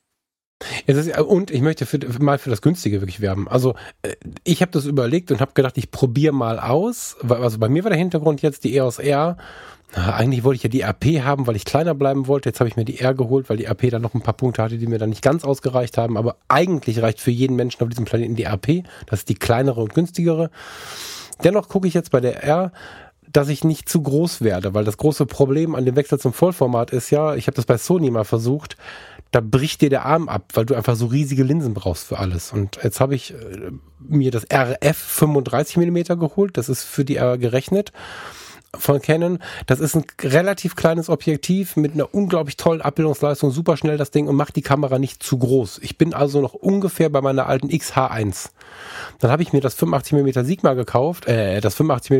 Speaker 2: Und ich möchte mal für das Günstige wirklich werben. Also ich habe das überlegt und habe gedacht, ich probiere mal aus. Also bei mir war der Hintergrund jetzt die EOS R. Eigentlich wollte ich ja die RP haben, weil ich kleiner bleiben wollte. Jetzt habe ich mir die R geholt, weil die RP dann noch ein paar Punkte hatte, die mir dann nicht ganz ausgereicht haben. Aber eigentlich reicht für jeden Menschen auf diesem Planeten die RP. Das ist die kleinere und günstigere. Dennoch gucke ich jetzt bei der R, dass ich nicht zu groß werde, weil das große Problem an dem Wechsel zum Vollformat ist ja, ich habe das bei Sony mal versucht, da bricht dir der Arm ab, weil du einfach so riesige Linsen brauchst für alles. Und jetzt habe ich mir das RF 35 mm geholt, das ist für die R gerechnet. Von Canon. Das ist ein relativ kleines Objektiv mit einer unglaublich tollen Abbildungsleistung, super schnell das Ding und macht die Kamera nicht zu groß. Ich bin also noch ungefähr bei meiner alten XH1. Dann habe ich mir das 85 mm Sigma gekauft, das 85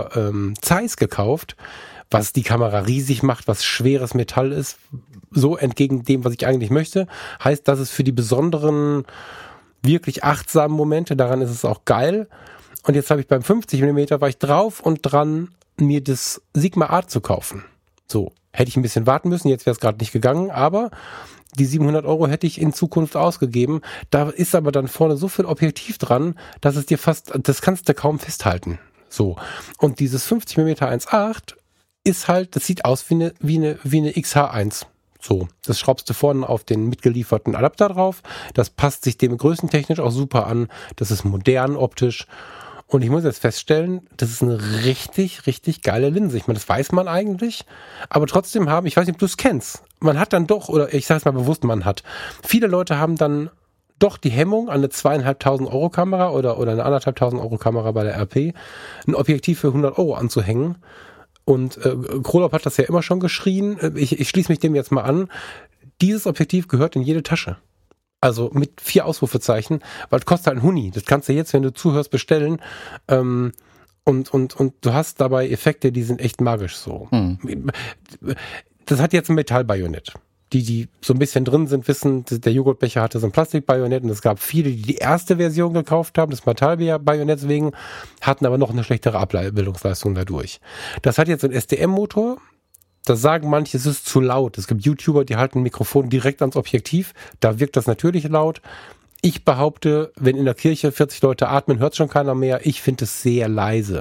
Speaker 2: mm Zeiss gekauft, was die Kamera riesig macht, was schweres Metall ist, so entgegen dem, was ich eigentlich möchte. Heißt, das ist für die besonderen, wirklich achtsamen Momente, daran ist es auch geil. Und jetzt habe ich beim 50 mm, war ich drauf und dran, mir das Sigma Art zu kaufen. So, hätte ich ein bisschen warten müssen, jetzt wäre es gerade nicht gegangen, aber die 700 € hätte ich in Zukunft ausgegeben. Da ist aber dann vorne so viel Objektiv dran, dass es dir das kannst du kaum festhalten. So. Und dieses 50 mm 1.8 ist halt, das sieht aus wie eine XH1. So, das schraubst du vorne auf den mitgelieferten Adapter drauf. Das passt sich dem größentechnisch auch super an. Das ist modern optisch. Und ich muss jetzt feststellen, das ist eine richtig, richtig geile Linse. Ich meine, das weiß man eigentlich, aber trotzdem ich weiß nicht, ob du es kennst. Man hat dann doch, oder ich sage es mal bewusst, viele Leute haben dann doch die Hemmung, an eine 2.500 € Kamera oder eine 1.500 € Kamera bei der RP ein Objektiv für 100 € anzuhängen. Und Krolop hat das ja immer schon geschrien. Ich schließe mich dem jetzt mal an. Dieses Objektiv gehört in jede Tasche. Also mit 4 Ausrufezeichen, weil es kostet halt ein Huni. Das kannst du jetzt, wenn du zuhörst, bestellen. Und du hast dabei Effekte, die sind echt magisch so. Das hat jetzt ein Metallbajonett. Die so ein bisschen drin sind, wissen, der Joghurtbecher hatte so ein Plastikbajonett und es gab viele, die erste Version gekauft haben, das Metallbajonett wegen, hatten aber noch eine schlechtere Abbildungsleistung dadurch. Das hat jetzt einen STM-Motor. Da sagen manche, es ist zu laut. Es gibt YouTuber, die halten ein Mikrofon direkt ans Objektiv. Da wirkt das natürlich laut. Ich behaupte, wenn in der Kirche 40 Leute atmen, hört schon keiner mehr. Ich finde es sehr leise.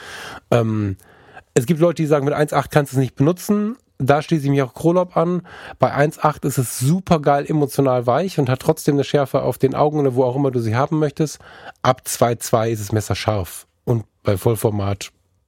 Speaker 2: Es gibt Leute, die sagen, mit 1.8 kannst du es nicht benutzen. Da schließe ich mich auch Krolop an. Bei 1.8 ist es super geil, emotional weich und hat trotzdem eine Schärfe auf den Augen oder wo auch immer du sie haben möchtest. Ab 2.2 ist es messerscharf. Und bei Vollformat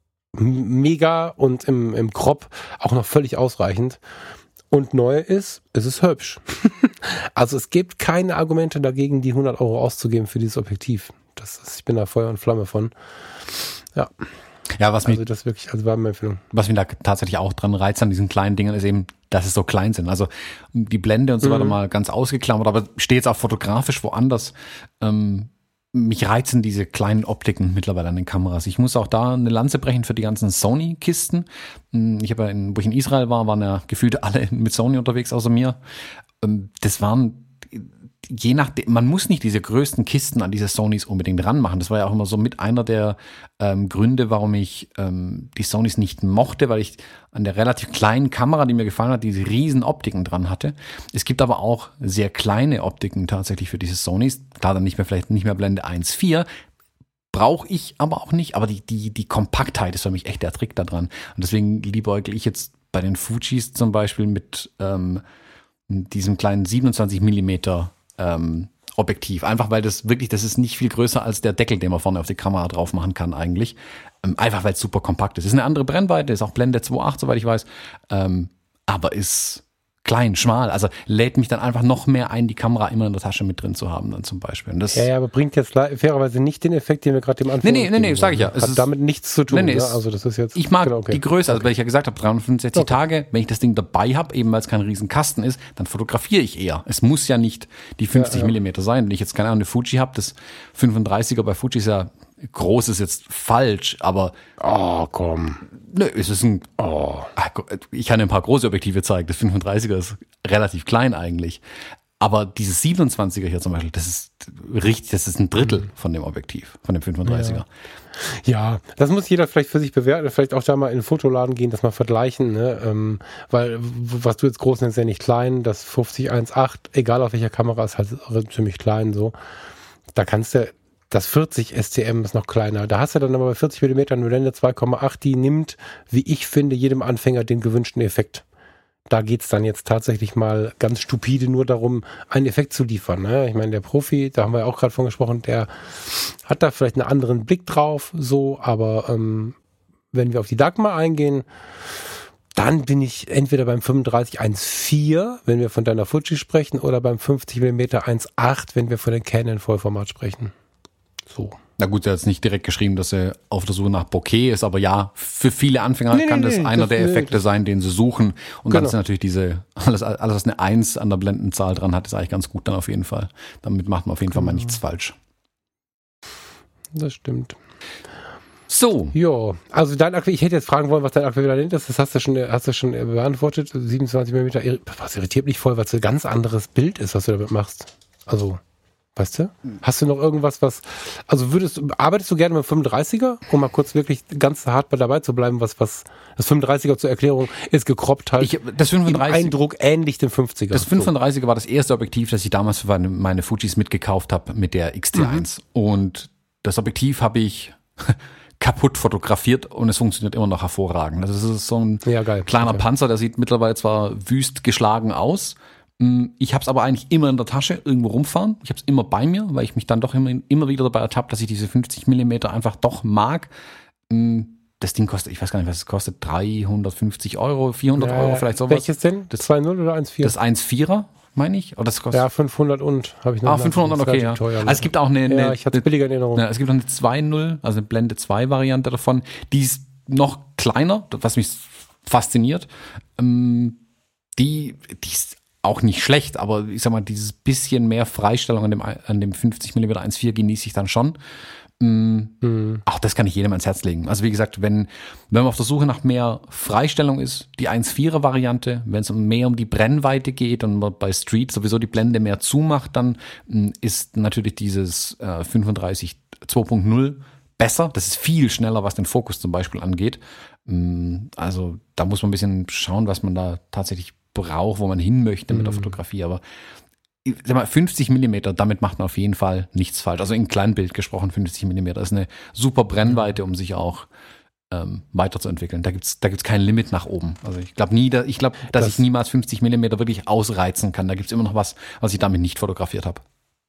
Speaker 2: mega und im Crop auch noch völlig ausreichend. Und neu ist, es ist hübsch. Also es gibt keine Argumente dagegen, die 100 € auszugeben für dieses Objektiv. Ich bin da Feuer und Flamme von. Ja.
Speaker 1: Ja,
Speaker 2: das ist wirklich als warme Empfehlung.
Speaker 1: Was mir da tatsächlich auch dran reizt an diesen kleinen Dingern ist eben, dass es so klein sind. Also die Blende und so weiter mal ganz ausgeklammert, aber steht jetzt auch fotografisch woanders. Mich reizen diese kleinen Optiken mittlerweile an den Kameras. Ich muss auch da eine Lanze brechen für die ganzen Sony-Kisten. Ich habe ja, wo ich in Israel war, waren ja gefühlt alle mit Sony unterwegs, außer mir. Das waren, je nachdem, man muss nicht diese größten Kisten an diese Sonys unbedingt ranmachen. Das war ja auch immer so mit einer der Gründe, warum ich die Sonys nicht mochte, weil ich an der relativ kleinen Kamera, die mir gefallen hat, diese riesen Optiken dran hatte. Es gibt aber auch sehr kleine Optiken tatsächlich für diese Sonys. Klar, dann vielleicht nicht mehr Blende 1.4. Brauche ich aber auch nicht. Aber die Kompaktheit ist für mich echt der Trick da dran. Und deswegen liebäugle ich jetzt bei den Fujis zum Beispiel mit diesem kleinen 27 mm Objektiv. Einfach weil das ist nicht viel größer als der Deckel, den man vorne auf die Kamera drauf machen kann eigentlich. Einfach weil es super kompakt ist. Ist eine andere Brennweite, ist auch Blende 2.8, soweit ich weiß. Aber ist klein, schmal. Also lädt mich dann einfach noch mehr ein, die Kamera immer in der Tasche mit drin zu haben dann zum Beispiel. Und das
Speaker 2: ja, aber bringt jetzt fairerweise nicht den Effekt, den wir gerade im Anfang
Speaker 1: Nee, sag ich ja.
Speaker 2: Hat damit nichts zu tun.
Speaker 1: Nee,
Speaker 2: ne? Also das ist jetzt.
Speaker 1: Ich mag die Größe, also weil ich ja gesagt habe, 365 Tage, wenn ich das Ding dabei habe, eben weil es kein riesen Kasten ist, dann fotografiere ich eher. Es muss ja nicht die 50 Millimeter sein. Wenn ich jetzt keine Ahnung, eine Fuji habe, das 35er bei Fuji ist ja groß, ist jetzt falsch, aber
Speaker 2: oh, komm.
Speaker 1: Nö, es ist ich kann dir ein paar große Objektive zeigen. Das 35er ist relativ klein eigentlich. Aber dieses 27er hier zum Beispiel, das ist richtig, das ist ein Drittel von dem Objektiv, von dem 35er.
Speaker 2: Ja, das muss jeder vielleicht für sich bewerten, vielleicht auch da mal in den Fotoladen gehen, das mal vergleichen, ne? Weil was du jetzt groß nennst, ist ja nicht klein, das 50-1.8, egal auf welcher Kamera, ist halt ziemlich klein so. Da kannst du das 40 STM ist noch kleiner. Da hast du dann aber bei 40 mm eine Blende 2,8, die nimmt, wie ich finde, jedem Anfänger den gewünschten Effekt. Da geht's dann jetzt tatsächlich mal ganz stupide nur darum, einen Effekt zu liefern. Ne? Ich meine, der Profi, da haben wir ja auch gerade von gesprochen, der hat da vielleicht einen anderen Blick drauf, so, aber wenn wir auf die Dagmar eingehen, dann bin ich entweder beim 35-1.4, wenn wir von deiner Fuji sprechen, oder beim 50 mm 1.8, wenn wir von der Canon Vollformat sprechen. So.
Speaker 1: Na gut, er hat jetzt nicht direkt geschrieben, dass er auf der Suche nach Bokeh ist, aber ja, für viele Anfänger kann das einer der Effekte sein, den sie suchen. Und dann ist natürlich alles, was eine 1 an der Blendenzahl dran hat, ist eigentlich ganz gut dann auf jeden Fall. Damit macht man auf jeden Fall mal nichts falsch.
Speaker 2: Das stimmt.
Speaker 1: So.
Speaker 2: Ja, also dein Aquarell, ich hätte jetzt fragen wollen, was dein Aquarell ist. Das hast du schon beantwortet. 27 mm, was irritiert mich voll, weil es ein ganz anderes Bild ist, was du damit machst. Also, weißt du? Hast du noch irgendwas, arbeitest du gerne mit 35er, um mal kurz wirklich ganz hart bei dabei zu bleiben, was das 35er zur Erklärung ist gekroppt halt.
Speaker 1: Das 35,
Speaker 2: im Eindruck ähnlich dem 50er.
Speaker 1: Das 35er war das erste Objektiv, das ich damals für meine Fujis mitgekauft habe mit der X-T1. Und das Objektiv habe ich kaputt fotografiert und es funktioniert immer noch hervorragend. Also es ist so ein kleiner Panzer, der sieht mittlerweile zwar wüst geschlagen aus. Ich habe es aber eigentlich immer in der Tasche irgendwo rumfahren. Ich habe es immer bei mir, weil ich mich dann doch immer wieder dabei ertappt, dass ich diese 50 mm einfach doch mag. Das Ding kostet, ich weiß gar nicht, was es kostet, 350 Euro, 400 Euro, vielleicht sowas.
Speaker 2: Welches denn? Das 2.0 oder 1.4?
Speaker 1: Das 1.4er, meine ich. Oder das kostet
Speaker 2: 500 habe ich noch.
Speaker 1: 500 okay, ja.
Speaker 2: Teuer,
Speaker 1: also es gibt auch eine
Speaker 2: ich hatte es billiger in Erinnerung.
Speaker 1: Es gibt auch eine 2.0, also eine Blende 2 Variante davon. Die ist noch kleiner, was mich fasziniert. Die ist auch nicht schlecht, aber ich sag mal, dieses bisschen mehr Freistellung an dem 50 mm 1.4 genieße ich dann schon. Auch das kann ich jedem ans Herz legen. Also wie gesagt, wenn man auf der Suche nach mehr Freistellung ist, die 1.4er Variante, wenn es mehr um die Brennweite geht und man bei Street sowieso die Blende mehr zumacht, dann ist natürlich dieses 35 2.0 besser. Das ist viel schneller, was den Fokus zum Beispiel angeht. Also da muss man ein bisschen schauen, was man da tatsächlich braucht, wo man hin möchte mit der Fotografie. Aber ich sag mal, 50 mm, damit macht man auf jeden Fall nichts falsch. Also in Kleinbild gesprochen, 50 mm ist eine super Brennweite, um sich auch weiterzuentwickeln. Da gibt's kein Limit nach oben. Also ich glaube, dass ich niemals 50 mm wirklich ausreizen kann. Da gibt's immer noch was ich damit nicht fotografiert habe.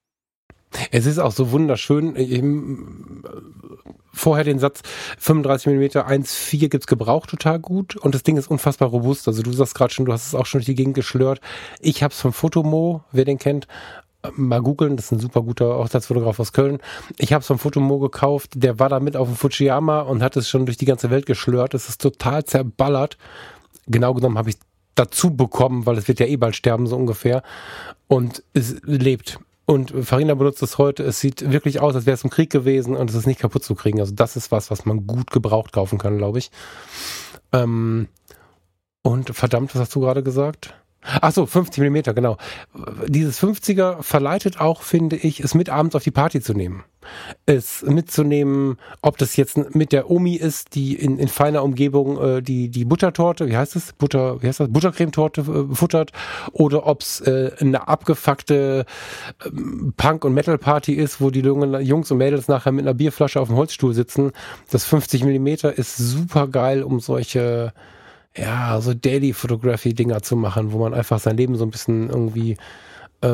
Speaker 2: Es ist auch so wunderschön. Vorher den Satz 35 mm 1.4 gibt's gebraucht total gut und das Ding ist unfassbar robust. Also du sagst gerade schon, du hast es auch schon durch die Gegend geschlört. Ich hab's vom Photomo, wer den kennt, mal googeln, das ist ein super guter Hochzeitsfotograf aus Köln. Ich hab's vom Photomo gekauft, der war da mit auf dem Fujiyama und hat es schon durch die ganze Welt geschlört. Es ist total zerballert. Genau genommen habe ich dazu bekommen, weil es wird ja eh bald sterben, so ungefähr. Und es lebt. Und Farina benutzt es heute. Es sieht wirklich aus, als wäre es im Krieg gewesen und es ist nicht kaputt zu kriegen. Also das ist was man gut gebraucht kaufen kann, glaube ich. Und verdammt, was hast du gerade gesagt? Ach so, 50 mm, genau. Dieses 50er verleitet auch, finde ich, es mit abends auf die Party zu nehmen. Es mitzunehmen, ob das jetzt mit der Omi ist, die in feiner Umgebung die Buttertorte, Buttercremetorte futtert, oder ob es eine abgefuckte Punk- und Metal-Party ist, wo die Jungs und Mädels nachher mit einer Bierflasche auf dem Holzstuhl sitzen. Das 50 mm ist super geil, um solche so Daily-Photography-Dinger zu machen, wo man einfach sein Leben so ein bisschen irgendwie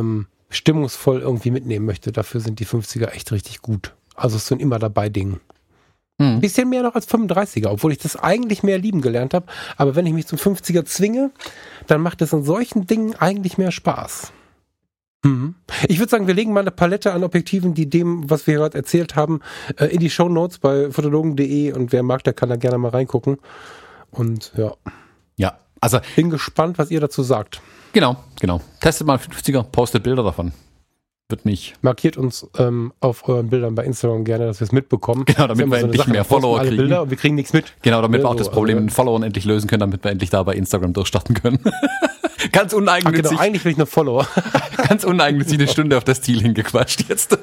Speaker 2: stimmungsvoll irgendwie mitnehmen möchte, dafür sind die 50er echt richtig gut. Also es sind immer dabei Dinge. Ein bisschen mehr noch als 35er, obwohl ich das eigentlich mehr lieben gelernt habe. Aber wenn ich mich zum 50er zwinge, dann macht es in solchen Dingen eigentlich mehr Spaß. Ich würde sagen, wir legen mal eine Palette an Objektiven, die dem, was wir gerade erzählt haben, in die Shownotes bei fotologen.de, und wer mag, der kann da gerne mal reingucken. Und ja.
Speaker 1: Ja, also.
Speaker 2: Bin gespannt, was ihr dazu sagt.
Speaker 1: Genau. Testet mal 50er, postet Bilder davon. Wird mich.
Speaker 2: Markiert uns auf euren Bildern bei Instagram gerne, dass wir es mitbekommen.
Speaker 1: Genau, damit wir endlich mehr Follower kriegen.
Speaker 2: Bilder und wir kriegen nichts mit.
Speaker 1: Genau, damit wir auch das Problem mit den Followern endlich lösen können, damit wir endlich da bei Instagram durchstarten können. Ganz uneigennützig.
Speaker 2: Genau, eigentlich will ich nur Follower.
Speaker 1: Ganz uneigennützig eine Stunde auf das Ziel hingequatscht jetzt.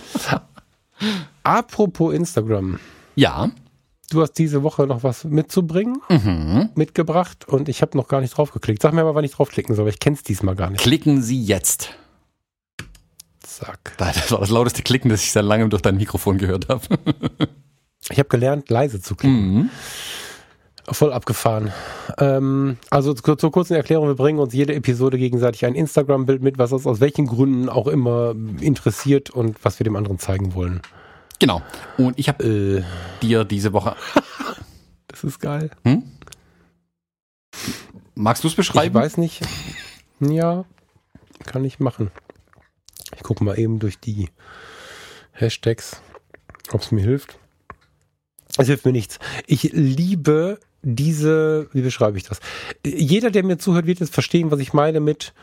Speaker 2: Apropos Instagram.
Speaker 1: Ja.
Speaker 2: Du hast diese Woche noch was mitzubringen, mitgebracht, und ich habe noch gar nicht drauf geklickt. Sag mir mal, wann ich draufklicken soll, weil ich kenne es diesmal gar nicht.
Speaker 1: Klicken Sie jetzt.
Speaker 2: Zack.
Speaker 1: Das war das lauteste Klicken, das ich seit langem durch dein Mikrofon gehört habe.
Speaker 2: Ich habe gelernt, leise zu klicken. Voll abgefahren. Also zur kurzen Erklärung, wir bringen uns jede Episode gegenseitig ein Instagram-Bild mit, was uns aus welchen Gründen auch immer interessiert und was wir dem anderen zeigen wollen.
Speaker 1: Genau. Und ich habe dir diese Woche...
Speaker 2: Das ist geil.
Speaker 1: Magst du es beschreiben?
Speaker 2: Ich weiß nicht. Ja, kann ich machen. Ich gucke mal eben durch die Hashtags, ob es mir hilft. Es hilft mir nichts. Ich liebe diese, wie beschreibe ich das? Jeder, der mir zuhört, wird jetzt verstehen, was ich meine mit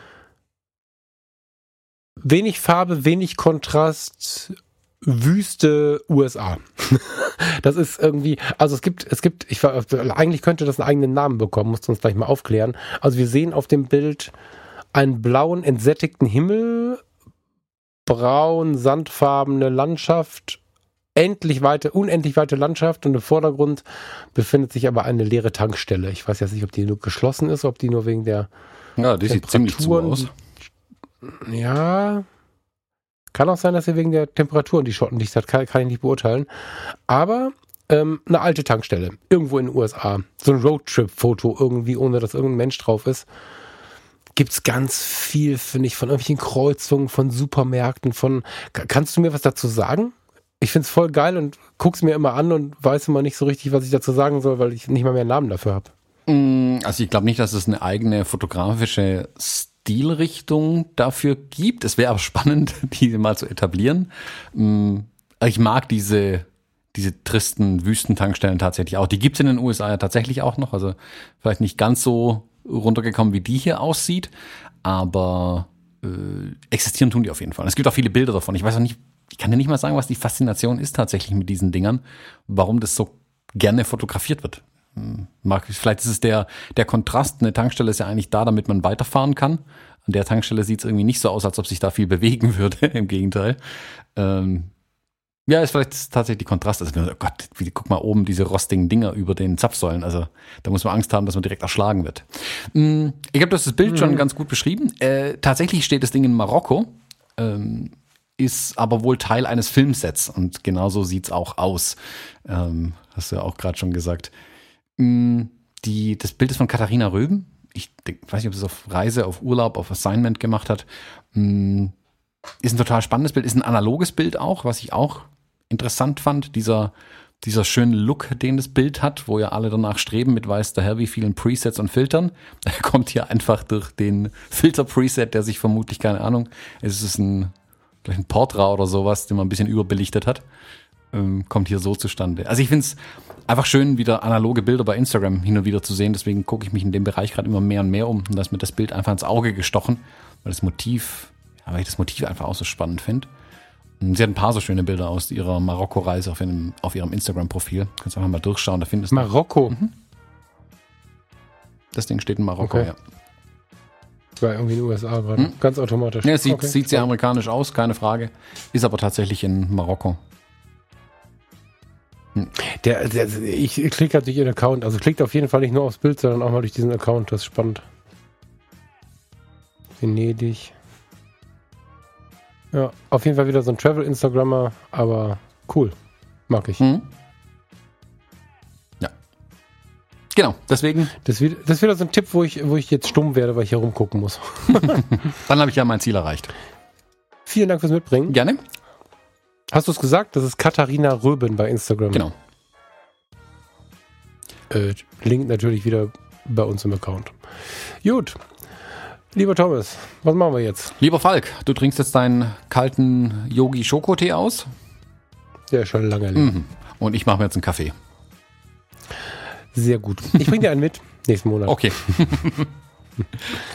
Speaker 2: wenig Farbe, wenig Kontrast, Wüste, USA. Das ist irgendwie, also es gibt, eigentlich könnte das einen eigenen Namen bekommen, musst du uns gleich mal aufklären. Also wir sehen auf dem Bild einen blauen, entsättigten Himmel, braun, sandfarbene Landschaft, unendlich weite Landschaft, und im Vordergrund befindet sich aber eine leere Tankstelle. Ich weiß jetzt nicht, ob die nur geschlossen ist, ob die nur wegen der
Speaker 1: Ja, die sieht ziemlich zu aus.
Speaker 2: Ja, kann auch sein, dass sie wegen der Temperaturen die Schottendicht hat, kann ich nicht beurteilen. Aber eine alte Tankstelle, irgendwo in den USA. So ein Roadtrip-Foto irgendwie, ohne dass irgendein Mensch drauf ist. Gibt's ganz viel, finde ich, von irgendwelchen Kreuzungen, von Supermärkten, kannst du mir was dazu sagen? Ich find's voll geil und guck's mir immer an und weiß immer nicht so richtig, was ich dazu sagen soll, weil ich nicht mal mehr einen Namen dafür habe.
Speaker 1: Also ich glaube nicht, dass es eine eigene fotografische Stilrichtung dafür gibt. Es wäre aber spannend, diese mal zu etablieren. Ich mag diese tristen Wüstentankstellen tatsächlich auch. Die gibt's in den USA ja tatsächlich auch noch. Also vielleicht nicht ganz so runtergekommen, wie die hier aussieht, aber existieren tun die auf jeden Fall. Es gibt auch viele Bilder davon. Ich weiß auch nicht, ich kann dir nicht mal sagen, was die Faszination ist tatsächlich mit diesen Dingern, warum das so gerne fotografiert wird. Vielleicht ist es der Kontrast. Eine Tankstelle ist ja eigentlich da, damit man weiterfahren kann. An der Tankstelle sieht es irgendwie nicht so aus, als ob sich da viel bewegen würde. Im Gegenteil. Ja, ist vielleicht tatsächlich Kontrast. Also, oh Gott, guck mal oben diese rostigen Dinger über den Zapfsäulen. Also da muss man Angst haben, dass man direkt erschlagen wird. Ich glaube, du hast das Bild schon ganz gut beschrieben. Tatsächlich steht das Ding in Marokko. Ist aber wohl Teil eines Filmsets, und genauso sieht's auch aus. Hast du ja auch gerade schon gesagt. Das Bild ist von Katharina Röben. Ich weiß nicht, ob sie es auf Reise, auf Urlaub, auf Assignment gemacht hat. Ist ein total spannendes Bild, ist ein analoges Bild auch, was ich auch interessant fand. Dieser schöne Look, den das Bild hat, wo ja alle danach streben mit weiß der Herr wie vielen Presets und Filtern. Der kommt hier einfach durch den Filter-Preset, der sich vermutlich, keine Ahnung, es ist vielleicht ein Portra oder sowas, den man ein bisschen überbelichtet hat, kommt hier so zustande. Also ich finde es einfach schön, wieder analoge Bilder bei Instagram hin und wieder zu sehen. Deswegen gucke ich mich in dem Bereich gerade immer mehr und mehr um. Und da ist mir das Bild einfach ins Auge gestochen, weil ich das Motiv einfach auch so spannend finde. Sie hat ein paar so schöne Bilder aus ihrer Marokko-Reise auf ihrem Instagram-Profil. Kannst du einfach mal durchschauen. Da findest du
Speaker 2: Marokko?
Speaker 1: Das Ding steht in Marokko,
Speaker 2: okay.
Speaker 1: Ja.
Speaker 2: War irgendwie in den USA gerade. Ganz automatisch.
Speaker 1: Ja, sieht sehr amerikanisch aus, keine Frage. Ist aber tatsächlich in Marokko.
Speaker 2: Ich klicke halt durch ihren Account. Also klickt auf jeden Fall nicht nur aufs Bild, sondern auch mal durch diesen Account. Das ist spannend. Venedig. Ja, auf jeden Fall wieder so ein Travel-Instagrammer, aber cool. Mag ich.
Speaker 1: Ja. Genau, deswegen.
Speaker 2: Das ist wieder so ein Tipp, wo ich jetzt stumm werde, weil ich hier rumgucken muss.
Speaker 1: Dann habe ich ja mein Ziel erreicht.
Speaker 2: Vielen Dank fürs Mitbringen.
Speaker 1: Gerne.
Speaker 2: Hast du es gesagt? Das ist Katharina Röben bei Instagram.
Speaker 1: Genau.
Speaker 2: Link natürlich wieder bei uns im Account. Gut. Lieber Thomas, was machen wir jetzt?
Speaker 1: Lieber Falk, du trinkst jetzt deinen kalten Yogi-Schokotee aus.
Speaker 2: Der ist schon lange leer.
Speaker 1: Und ich mache mir jetzt einen Kaffee.
Speaker 2: Sehr gut. Ich bringe dir einen mit nächsten Monat.
Speaker 1: Okay.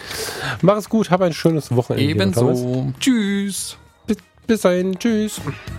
Speaker 2: Mach es gut, hab ein schönes Wochenende.
Speaker 1: Ebenso. Tschüss.
Speaker 2: Bis dahin. Tschüss.